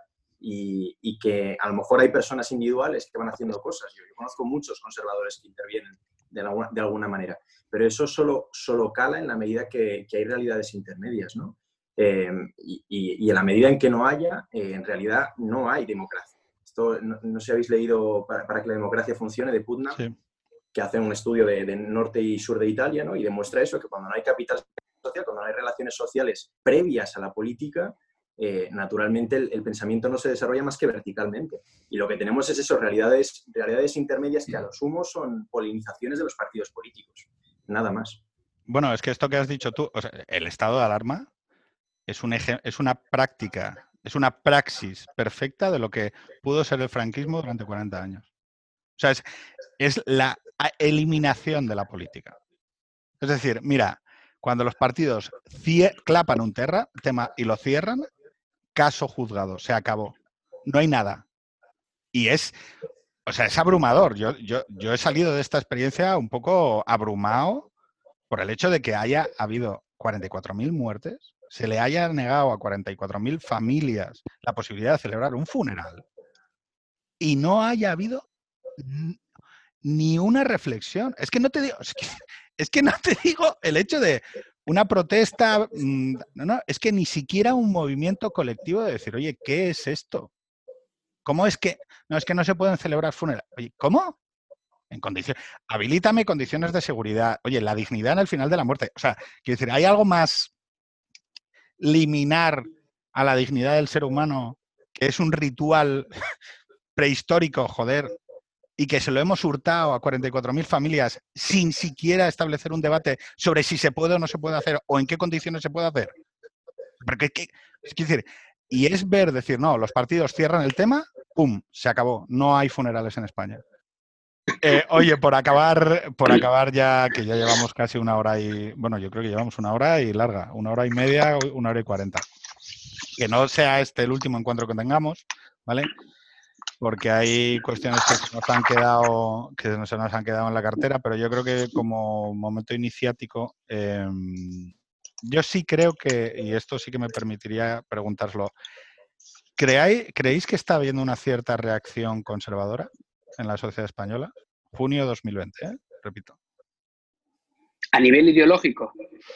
y, y que a lo mejor hay personas individuales que van haciendo cosas. Yo, yo conozco muchos conservadores que intervienen de, la, de alguna manera, pero eso solo, solo cala en la medida que, que hay realidades intermedias, ¿no? Eh, y, y, y en la medida en que no haya, eh, en realidad no hay democracia. Esto no, no sé si habéis leído para, para que la democracia funcione de Putnam, sí, que hace un estudio de, de norte y sur de Italia, ¿no? Y demuestra eso, que cuando no hay capital social, cuando no hay relaciones sociales previas a la política, eh, naturalmente el, el pensamiento no se desarrolla más que verticalmente. Y lo que tenemos es eso, realidades, realidades intermedias que a lo sumo son polinizaciones de los partidos políticos. Nada más. Bueno, es que esto que has dicho tú, o sea, el estado de alarma es, un eje, es una práctica, es una praxis perfecta de lo que pudo ser el franquismo durante cuarenta años. O sea, es, es la eliminación de la política. Es decir, mira, cuando los partidos clapan un terra, tema y lo cierran, caso juzgado, se acabó. No hay nada. Y es, o sea, es abrumador. Yo, yo, yo he salido de esta experiencia un poco abrumado por el hecho de que haya habido cuarenta y cuatro mil muertes, se le haya negado a cuarenta y cuatro mil familias la posibilidad de celebrar un funeral y no haya habido ni una reflexión. Es que no te digo, es que, es que no te digo el hecho de una protesta, mmm, no, no, es que ni siquiera un movimiento colectivo de decir, oye, ¿qué es esto? ¿Cómo es que no es que no se pueden celebrar funerales? Oye, ¿cómo? En condiciones, habilítame condiciones de seguridad. Oye, la dignidad en el final de la muerte. O sea, quiero decir, ¿hay algo más liminar a la dignidad del ser humano que es un ritual prehistórico, joder, y que se lo hemos hurtado a cuarenta y cuatro mil familias sin siquiera establecer un debate sobre si se puede o no se puede hacer o en qué condiciones se puede hacer. Porque, ¿qué? Es decir, y es ver, decir, no, los partidos cierran el tema, ¡pum!, se acabó. No hay funerales en España. Eh, oye, por acabar, por acabar ya, que ya llevamos casi una hora y... Bueno, yo creo que llevamos una hora y larga, una hora y media, una hora y cuarenta. Que no sea este el último encuentro que tengamos, ¿vale? Porque hay cuestiones que se nos han quedado, que no se nos han quedado en la cartera, pero yo creo que como momento iniciático, eh, yo sí creo que, y esto sí que me permitiría preguntárselo, ¿creáis, ¿creéis que está habiendo una cierta reacción conservadora en la sociedad española? Junio dos mil veinte, ¿eh? Repito. A nivel ideológico.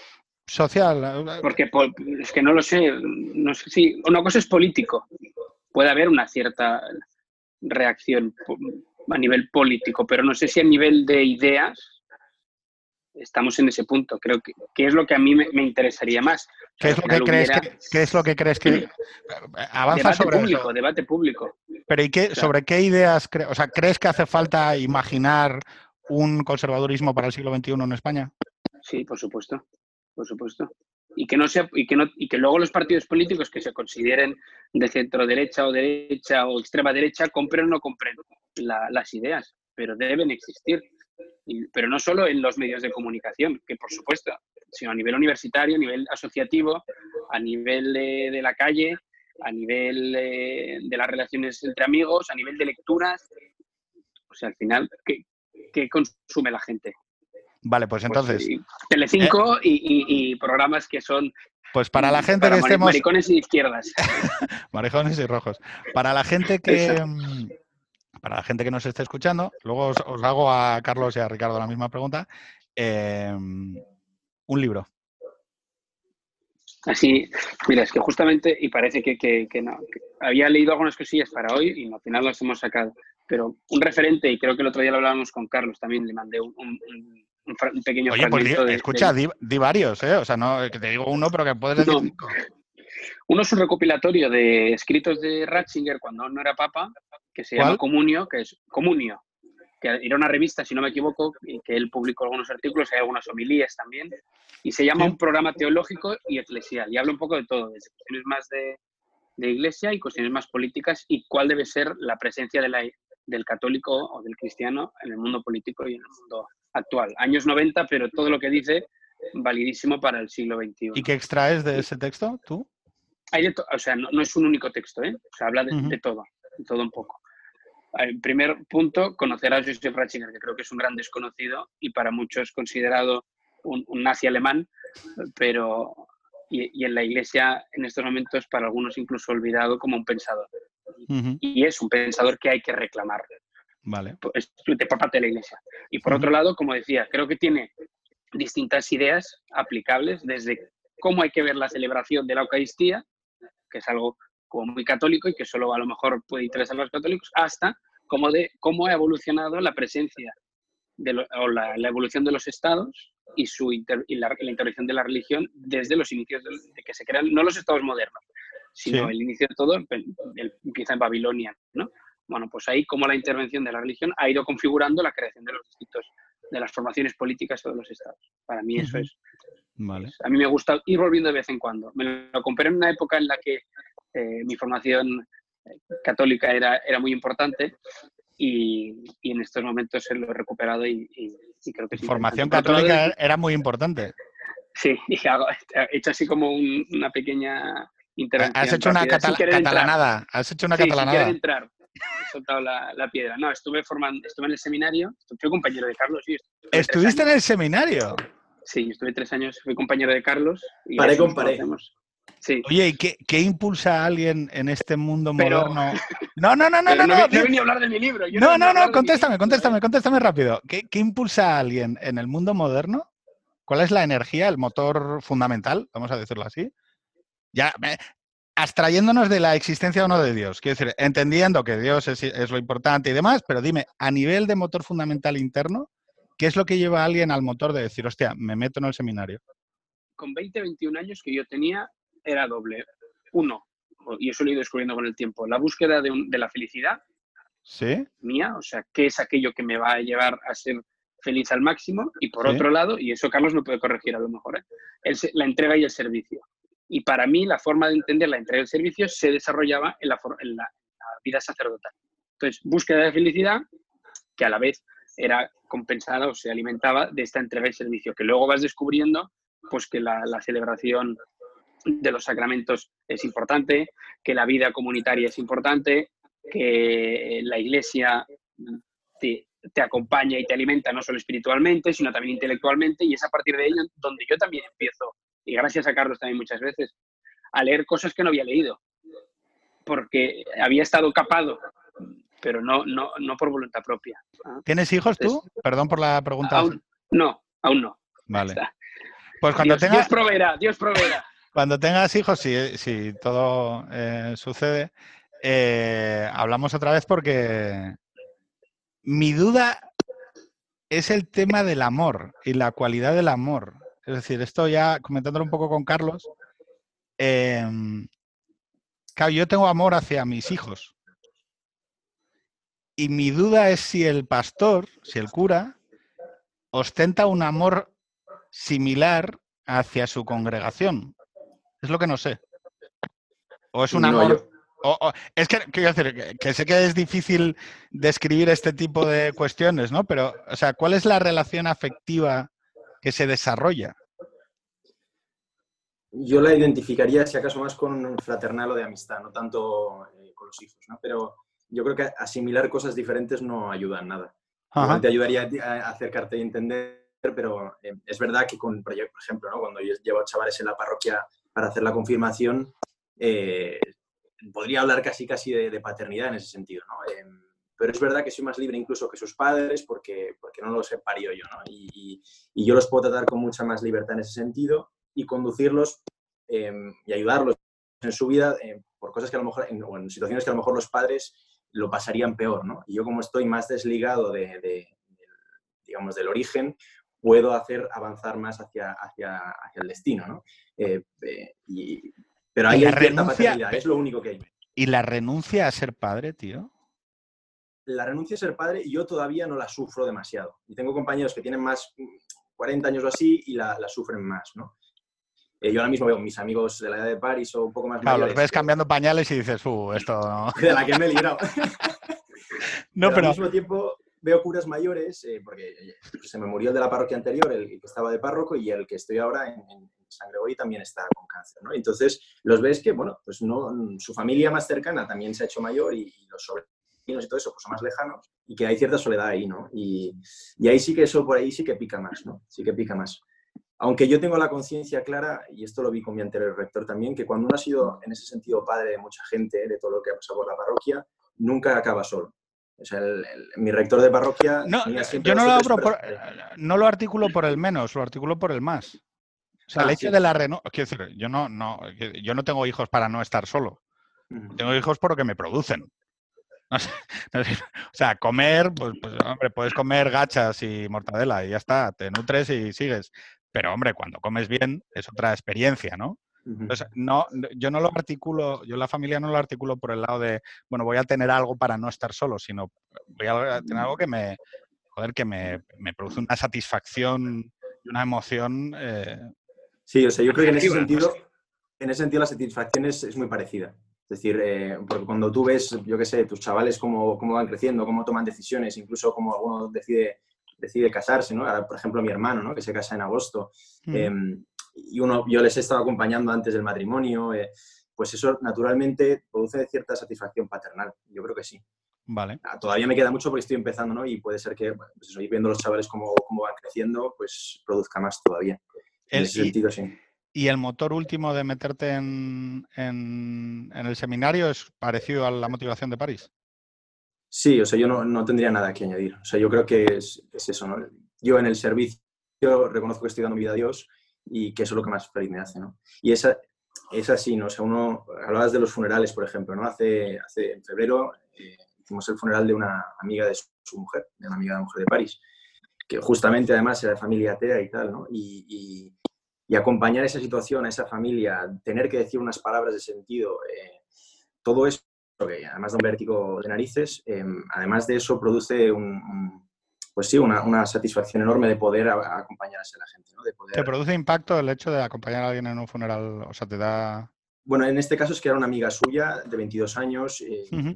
Social. Porque es que no lo sé, no sé si una cosa es político. Puede haber una cierta reacción a nivel político, pero no sé si a nivel de ideas estamos en ese punto. Creo que, que es lo que a mí me, me interesaría más. ¿Qué es, lo que crees hubiera... que, ¿Qué es lo que crees que avanza debate sobre público, eso? Debate público. Pero ¿y qué, o sea, sobre qué ideas crees? O sea, ¿crees que hace falta imaginar un conservadurismo para el siglo veintiuno en España? Sí, por supuesto, por supuesto. Y que no sea, y que no, y que luego los partidos políticos que se consideren de centro derecha o derecha o extrema derecha compren o no compren la, las ideas, pero deben existir. Y, pero no solo en los medios de comunicación, que por supuesto, sino a nivel universitario, a nivel asociativo, a nivel de, de la calle, a nivel eh, de las relaciones entre amigos, a nivel de lecturas. O sea, al final, ¿qué, qué consume la gente? Vale, pues entonces... Pues, Telecinco eh, y, y, y programas que son... Pues para la gente para que estemos... maricones y izquierdas. Maricones y rojos. Para la gente que... Para la gente que nos esté escuchando, luego os, os hago a Carlos y a Ricardo la misma pregunta. Eh, un libro. Así, mira, es que justamente, y parece que, que, que no, que había leído algunas cosillas para hoy y al final las hemos sacado, pero un referente, y creo que el otro día lo hablábamos con Carlos también, le mandé un, un, un, un pequeño Oye, fragmento. Pues di, de, escucha, de... Di, di varios, ¿eh? O sea, no que te digo uno, pero que puedes decir no. cinco. Uno es un recopilatorio de escritos de Ratzinger cuando no era papa, que se ¿Cuál? llama Comunio, que es Comunio, que era una revista, si no me equivoco, y que él publicó algunos artículos, hay algunas homilías también, y se llama ¿Sí? Un programa teológico y eclesial, y habla un poco de todo, desde cuestiones más de, de iglesia y cuestiones más políticas, y cuál debe ser la presencia de la, del católico o del cristiano en el mundo político y en el mundo actual. Años noventa, pero todo lo que dice validísimo para el siglo veintiuno. ¿Y qué extraes de ese texto, tú? Hay de to- o sea, no, no es un único texto, ¿eh? O sea, habla de, uh-huh. de todo, de todo un poco. El primer punto, conocer a Joseph Ratzinger, que creo que es un gran desconocido y para muchos considerado un, un nazi alemán, pero y, y en la Iglesia en estos momentos para algunos incluso olvidado como un pensador. Uh-huh. Y es un pensador que hay que reclamar. Vale. Por, por parte de la Iglesia. Y por uh-huh. otro lado, como decía, creo que tiene distintas ideas aplicables desde cómo hay que ver la celebración de la Eucaristía, que es algo como muy católico y que solo a lo mejor puede interesar a los católicos, hasta como de cómo ha evolucionado la presencia de lo, o la, la evolución de los estados y, su inter, y la, la intervención de la religión desde los inicios de, de que se crean, no los estados modernos, sino sí. el inicio de todo el, el, empieza en Babilonia, ¿no? Bueno, pues ahí cómo la intervención de la religión ha ido configurando la creación de los distintos, de las formaciones políticas o de los estados. Para mí eso uh-huh. es, vale. es... A mí me gusta ir volviendo de vez en cuando. Me lo compré en una época en la que eh, mi formación católica era, era muy importante y, y en estos momentos lo he recuperado y, y, y creo que es formación católica lado, era muy importante. Sí, y hago, he hecho así como un, una pequeña intervención. Has hecho una catala catalanada. Entrar. Has hecho una sí, catalanada. Sin entrar. He soltado la, la piedra. No, estuve formando, estuve en el seminario, fui compañero de Carlos. Sí, ¿Estuviste en el seminario? Sí, estuve tres años, fui compañero de Carlos. Y paré con paré. Sí. Oye, ¿y qué, qué impulsa a alguien en este mundo Pero... moderno? No, no, no, no, no, no. No, No, no he venido a hablar de mi libro. Yo no, no, no, no, contéstame, libro, contéstame, contéstame rápido. ¿Qué, ¿Qué impulsa a alguien en el mundo moderno? ¿Cuál es la energía, el motor fundamental, vamos a decirlo así? Ya, abstrayéndonos de la existencia o no de Dios. Quiero decir, entendiendo que Dios es, es lo importante y demás, pero dime, a nivel de motor fundamental interno, ¿qué es lo que lleva a alguien al motor de decir, hostia, me meto en el seminario? Con veinte, veintiún años que yo tenía, era doble. Uno, y eso lo he ido descubriendo con el tiempo, la búsqueda de, un, de la felicidad, ¿Sí? mía, o sea, qué es aquello que me va a llevar a ser feliz al máximo, y por ¿Sí? otro lado, y eso Carlos no puede corregir a lo mejor, ¿eh? el, la entrega y el servicio. Y para mí la forma de entender la entrega y el servicio se desarrollaba en la, en la, la vida sacerdotal. Entonces, búsqueda de felicidad, que a la vez era compensada o se alimentaba de esta entrega y servicio, que luego vas descubriendo pues que la, la celebración de los sacramentos es importante, que la vida comunitaria es importante, que la Iglesia te, te acompaña y te alimenta no solo espiritualmente, sino también intelectualmente, y es a partir de ello donde yo también empiezo, y gracias a Carlos también muchas veces, a leer cosas que no había leído, porque había estado capado, pero no, no, no por voluntad propia. ¿Tienes hijos Entonces, tú? Perdón por la pregunta. Aún, no, aún no. Vale. Pues cuando Dios, tenga... Dios proveerá, Dios proveerá. Cuando tengas hijos, si, si todo eh, sucede, eh, hablamos otra vez porque mi duda es el tema del amor y la cualidad del amor. Es decir, esto ya comentándolo un poco con Carlos, eh, claro, yo tengo amor hacia mis hijos. Y mi duda es si el pastor, si el cura, ostenta un amor similar hacia su congregación. Es lo que no sé. O es un No, amor... yo... O, o, es que, quiero decir, que, que sé que es difícil describir este tipo de cuestiones, ¿no? Pero, o sea, ¿cuál es la relación afectiva que se desarrolla? Yo la identificaría, si acaso, más con un fraternal o de amistad, no tanto eh, con los hijos, ¿no? Pero yo creo que asimilar cosas diferentes no ayuda en nada. Ajá. Igual te ayudaría a acercarte y entender, pero eh, es verdad que con proyectos, por ejemplo, ¿no? Cuando yo llevo a chavales en la parroquia para hacer la confirmación, eh, podría hablar casi casi de, de paternidad en ese sentido, ¿no? Eh, pero es verdad que soy más libre incluso que sus padres porque, porque no los he parido yo, ¿no? Y, y, y yo los puedo tratar con mucha más libertad en ese sentido y conducirlos eh, y ayudarlos en su vida eh, por cosas que a lo mejor, en, o en situaciones que a lo mejor los padres lo pasarían peor, ¿no? Y yo, como estoy más desligado de, de, de, digamos, del origen, puedo hacer avanzar más hacia, hacia, hacia el destino, ¿no? Eh, eh, y, pero ahí hay cierta paternidad, es lo único que hay. ¿Y la renuncia a ser padre, tío? La renuncia a ser padre yo todavía no la sufro demasiado. Y tengo compañeros que tienen más cuarenta años o así y la, la sufren más, ¿no? Eh, yo ahora mismo veo mis amigos de la edad de Paris o un poco más claro, mayores. Los ves cambiando pañales y dices, uh, esto no... De la que me he librado. No, pero, pero al mismo tiempo veo curas mayores, eh, porque se me murió el de la parroquia anterior, el que estaba de párroco, y el que estoy ahora en, en San Gregorio también está con cáncer, ¿no? Entonces los ves que, bueno, pues no, su familia más cercana también se ha hecho mayor y, y los sobrinos y todo eso pues son más lejanos y que hay cierta soledad ahí, ¿no? Y, y ahí sí que eso por ahí sí que pica más, ¿no? Sí que pica más. Aunque yo tengo la conciencia clara, y esto lo vi con mi anterior rector también, que cuando uno ha sido en ese sentido padre de mucha gente, de todo lo que ha pasado por la parroquia, nunca acaba solo. O sea, el, el, mi rector de parroquia... No, yo no lo, abro por, no lo articulo por el menos, lo articulo por el más. O sea, ah, el hecho sí. de la renuncia... Quiero decir, yo no, no, yo no tengo hijos para no estar solo. Uh-huh. Tengo hijos porque me producen. No sé, no sé, o sea, comer, pues, pues, hombre, puedes comer gachas y mortadela y ya está, te nutres y sigues. Pero, hombre, cuando comes bien es otra experiencia, ¿no? Entonces, no, yo no lo articulo, yo la familia no lo articulo por el lado de, bueno, voy a tener algo para no estar solo, sino voy a tener algo que me, joder, que me, me produce una satisfacción y una emoción. Eh, sí, o sea, yo creo que en ese sentido, en ese sentido la satisfacción es, es muy parecida. Es decir, eh, porque cuando tú ves, yo qué sé, tus chavales cómo, cómo van creciendo, cómo toman decisiones, incluso cómo alguno decide, decide casarse, ¿no? Ahora, por ejemplo, mi hermano, ¿no? Que se casa en agosto. Mm. Eh, y uno, yo les he estado acompañando antes del matrimonio, eh, pues eso naturalmente produce cierta satisfacción paternal. Yo creo que sí. Vale. Todavía me queda mucho porque estoy empezando, ¿no? Y puede ser que, bueno, pues eso, ir viendo los chavales cómo, cómo van creciendo, pues produzca más todavía. En el, ese sentido, y, sí. ¿Y el motor último de meterte en, en, en el seminario es parecido a la motivación de París? Sí, o sea, yo no, no tendría nada que añadir. O sea, yo creo que es, es eso, ¿no? Yo en el servicio reconozco que estoy dando vida a Dios y que eso es lo que más feliz me hace, ¿no? Y esa, es así, ¿no? O sea, uno, hablabas de los funerales, por ejemplo, ¿no? Hace, hace en febrero eh, hicimos el funeral de una amiga de su, su mujer, de una amiga de la mujer de París, que justamente además era de familia atea y tal, ¿no? Y, y, y acompañar esa situación a esa familia, tener que decir unas palabras de sentido, eh, todo eso que además de un vértigo de narices, eh, además de eso produce un, un, pues sí, una, una satisfacción enorme de poder a, a acompañar a la gente, ¿no? De poder... ¿Te produce impacto el hecho de acompañar a alguien en un funeral? O sea, te da... Bueno, en este caso es que era una amiga suya de veintidós años. Eh, uh-huh.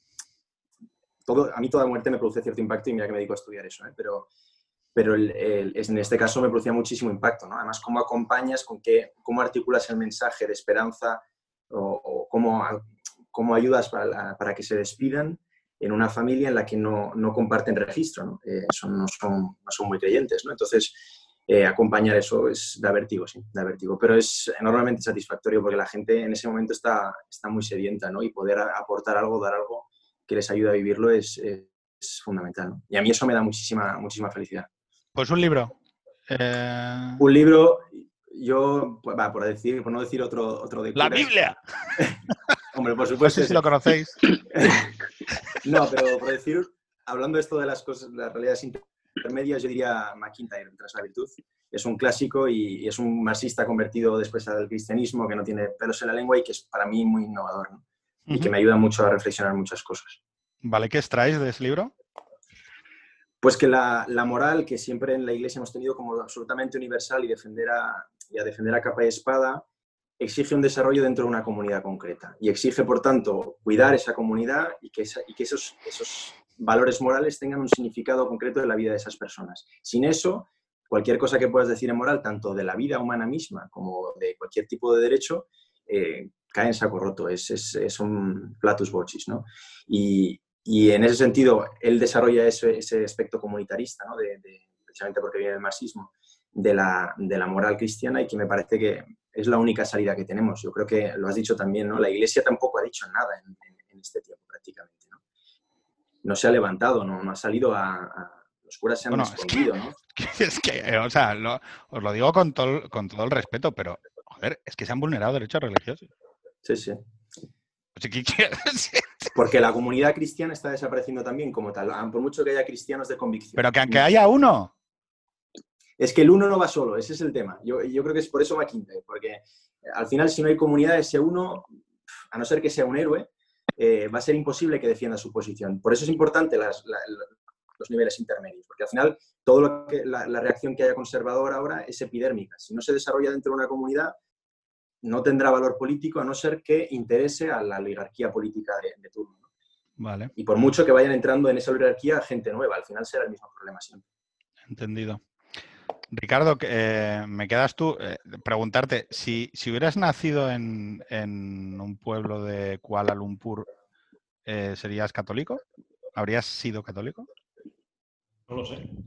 todo, a mí toda muerte me produce cierto impacto y mira que me dedico a estudiar eso, ¿eh? Pero, pero el, el, en este caso me producía muchísimo impacto, ¿no? Además, cómo acompañas, con qué, cómo articulas el mensaje de esperanza o, o cómo, cómo ayudas para, la, para que se despidan en una familia en la que no, no comparten registro, ¿no? Eh, son, no, son, no son muy creyentes, ¿no? Entonces, eh, acompañar eso es, da vértigo, sí, da vértigo. Pero es enormemente satisfactorio porque la gente en ese momento está, está muy sedienta, ¿no? Y poder aportar algo, dar algo que les ayude a vivirlo es, es, es fundamental, ¿no? Y a mí eso me da muchísima, muchísima felicidad. Pues un libro. Eh... Un libro, yo, pues, va, por decir, por no decir otro, otro de ¡La curas. Biblia! Hombre, por supuesto. No sé si lo conocéis. No, pero por decir, hablando de esto de las cosas, las realidades intermedias, yo diría MacIntyre, Tras la virtud. Es un clásico y, y es un marxista convertido después al cristianismo que no tiene pelos en la lengua y que es para mí muy innovador, ¿no? Y uh-huh. que me ayuda mucho a reflexionar muchas cosas. Vale, ¿qué extraes de ese libro? Pues que la, la moral que siempre en la Iglesia hemos tenido como absolutamente universal y, defender a, y a defender a capa y espada, exige un desarrollo dentro de una comunidad concreta y exige, por tanto, cuidar esa comunidad y que, esa, y que esos, esos valores morales tengan un significado concreto en la vida de esas personas. Sin eso, cualquier cosa que puedas decir en moral, tanto de la vida humana misma como de cualquier tipo de derecho, eh, cae en saco roto, es, es, es un flatus vocis, ¿no? Y, y en ese sentido, él desarrolla ese, ese aspecto comunitarista, ¿no? De, de, precisamente porque viene del marxismo, de la, de la moral cristiana y que me parece que es la única salida que tenemos. Yo creo que lo has dicho también, ¿no? La Iglesia tampoco ha dicho nada en, en, en este tiempo prácticamente, ¿no? No se ha levantado, no, no ha salido a, a... Los curas se han bueno, escondido, ¿no? Es que, o sea, lo, os lo digo con todo, con todo el respeto, pero, joder, es que se han vulnerado derechos religiosos. Sí, sí. Pues, ¿qué quieres? Porque la comunidad cristiana está desapareciendo también como tal, por mucho que haya cristianos de convicción. Pero que aunque haya uno. Es que el uno no va solo, ese es el tema. Yo, yo creo que es por eso MacIntyre, porque al final si no hay comunidad, ese uno, a no ser que sea un héroe, eh, va a ser imposible que defienda su posición. Por eso es importante las, la, los niveles intermedios, porque al final todo lo que, la, la reacción que haya conservadora ahora es epidérmica. Si no se desarrolla dentro de una comunidad, no tendrá valor político a no ser que interese a la oligarquía política de, de turno. Vale. Y por mucho que vayan entrando en esa oligarquía gente nueva, al final será el mismo problema siempre. Entendido. Ricardo, eh, me quedas tú, eh, preguntarte, si, si hubieras nacido en, en un pueblo de Kuala Lumpur, eh, ¿serías católico? ¿Habrías sido católico? No lo sé.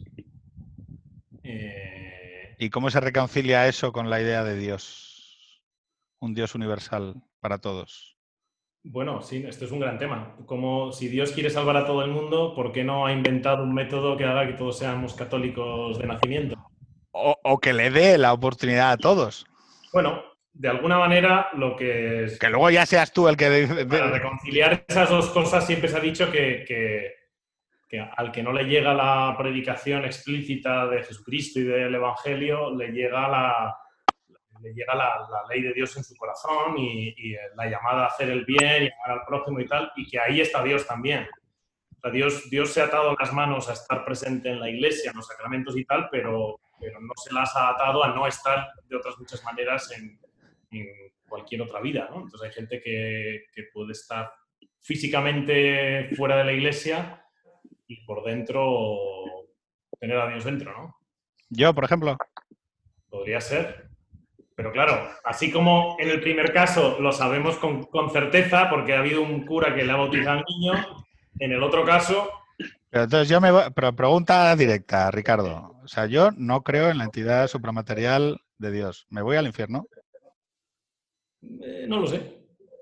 Eh... ¿Y cómo se reconcilia eso con la idea de Dios? Un Dios universal para todos. Bueno, sí, esto es un gran tema. Como si Dios quiere salvar a todo el mundo, ¿por qué no ha inventado un método que haga que todos seamos católicos de nacimiento? O, o que le dé la oportunidad a todos. Bueno, de alguna manera lo que es... Que luego ya seas tú el que... Para reconciliar esas dos cosas siempre se ha dicho que, que, que al que no le llega la predicación explícita de Jesucristo y del Evangelio, le llega la... le llega la, la ley de Dios en su corazón y, y la llamada a hacer el bien y amar al prójimo y tal, y que ahí está Dios también. O sea, Dios, Dios se ha atado las manos a estar presente en la iglesia, en los sacramentos y tal, pero, pero no se las ha atado a no estar de otras muchas maneras en, en cualquier otra vida, ¿no? Entonces hay gente que, que puede estar físicamente fuera de la iglesia y por dentro tener a Dios dentro, ¿no? Yo, por ejemplo. Podría ser. Pero claro, así como en el primer caso lo sabemos con, con certeza porque ha habido un cura que le ha bautizado al niño, en el otro caso... Pero entonces yo me voy... Pero pregunta directa, Ricardo. O sea, yo no creo en la entidad supramaterial de Dios. ¿Me voy al infierno? Eh, no lo sé.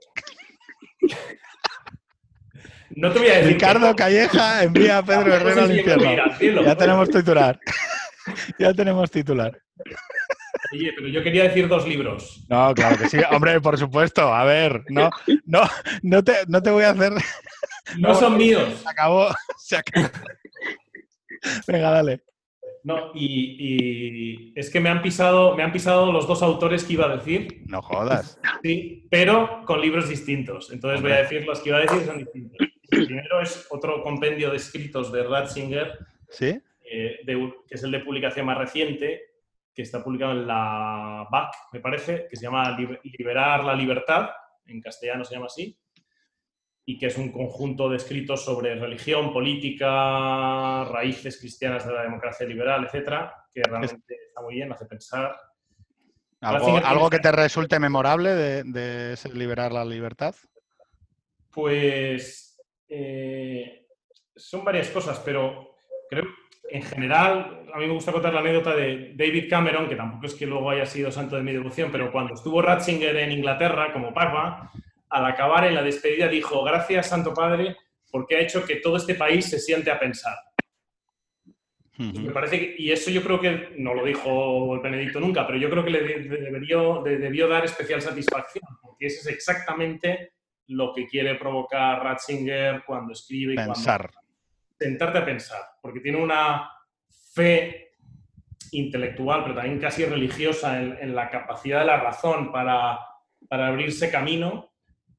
No te voy a decir Ricardo no. Calleja envía a Pedro Herrera no sé al infierno. Ir, ya tenemos titular. Ya tenemos titular. Oye, pero yo quería decir dos libros. No, claro que sí. Hombre, por supuesto. A ver, no, no, no te, no te voy a hacer... No, no son míos. Se acabó. Se acabó. Venga, dale. No, y, y es que me han pisado, me han pisado los dos autores que iba a decir. No jodas. Sí, pero con libros distintos. Entonces Hombre. voy a decir los que iba a decir son distintos. El primero es otro compendio de escritos de Ratzinger, ¿Sí? eh, de, que es el de publicación más reciente, que está publicado en la B A C, me parece, que se llama Liberar la Libertad, en castellano se llama así, y que es un conjunto de escritos sobre religión, política, raíces cristianas de la democracia liberal, etcétera, que realmente está muy bien, hace pensar. ¿Algo, ¿algo que te resulte memorable de, de ese Liberar la Libertad? Pues eh, son varias cosas, pero creo en general, a mí me gusta contar la anécdota de David Cameron, que tampoco es que luego haya sido santo de mi devoción, pero cuando estuvo Ratzinger en Inglaterra como papa, al acabar en la despedida dijo: gracias, Santo Padre, porque ha hecho que todo este país se siente a pensar. Uh-huh. Y me parece que, y eso yo creo que, no lo dijo el Benedicto nunca, pero yo creo que le de, de, debió, de, debió dar especial satisfacción, porque eso es exactamente lo que quiere provocar Ratzinger cuando escribe y pensar. Cuando, sentarte a pensar, porque tiene una fe intelectual, pero también casi religiosa en, en la capacidad de la razón para, para abrirse camino,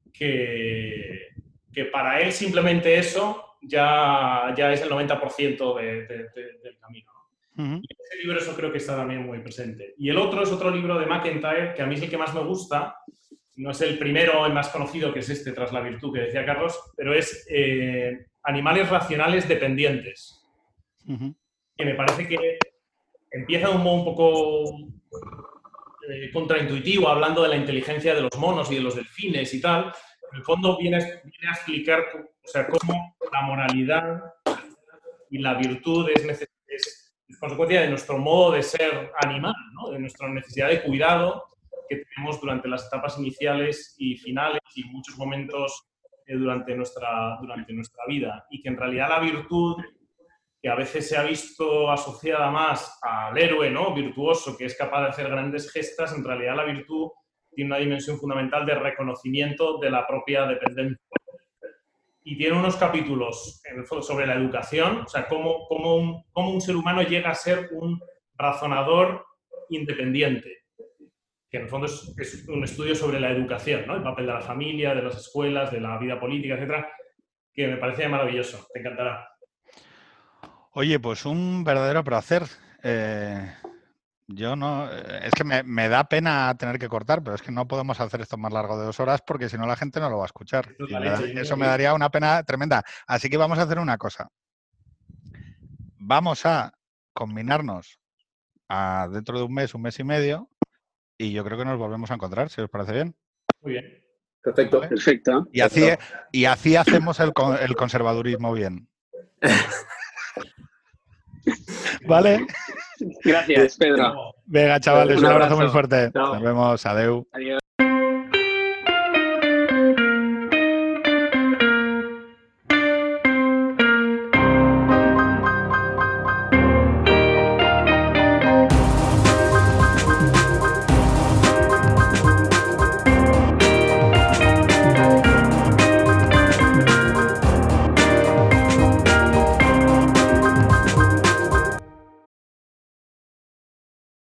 que, que para él simplemente eso ya, ya es el noventa por ciento de, de, de, del camino. Uh-huh. Y ese libro eso creo que está también muy presente. Y el otro es otro libro de MacIntyre, que a mí es el que más me gusta. No es el primero, el más conocido, que es este, Tras la virtud, que decía Carlos, pero es eh, Animales racionales dependientes. Uh-huh. Que me parece que empieza de un modo un poco eh, contraintuitivo, hablando de la inteligencia de los monos y de los delfines y tal. En el fondo viene, viene a explicar, o sea, cómo la moralidad y la virtud es, neces- es, es consecuencia de nuestro modo de ser animal, ¿no? De nuestra necesidad de cuidado que tenemos durante las etapas iniciales y finales y muchos momentos eh, durante, nuestra, durante nuestra vida. Y que en realidad la virtud, que a veces se ha visto asociada más al héroe, ¿no? Virtuoso, que es capaz de hacer grandes gestas, en realidad la virtud tiene una dimensión fundamental de reconocimiento de la propia dependencia. Y tiene unos capítulos en el fondo, sobre la educación, o sea, cómo, cómo, un, cómo un ser humano llega a ser un razonador independiente, que en el fondo es, es un estudio sobre la educación, ¿no? El papel de la familia, de las escuelas, de la vida política, etcétera, que me parece maravilloso, te encantará. Oye, pues un verdadero placer. Eh, yo no... Es que me, me da pena tener que cortar, pero es que no podemos hacer esto más largo de dos horas porque si no la gente no lo va a escuchar. Y me da, eso me daría una pena tremenda. Así que vamos a hacer una cosa. Vamos a combinarnos a dentro de un mes, un mes y medio, y yo creo que nos volvemos a encontrar, si os parece bien. Muy bien. Perfecto. ¿Vale? Perfecto. Y así, y así hacemos el, el conservadurismo bien. ¿Vale? Gracias, Pedro. Venga, chavales, un, un abrazo, abrazo muy fuerte. Chao. Nos vemos. Adeu. Adiós.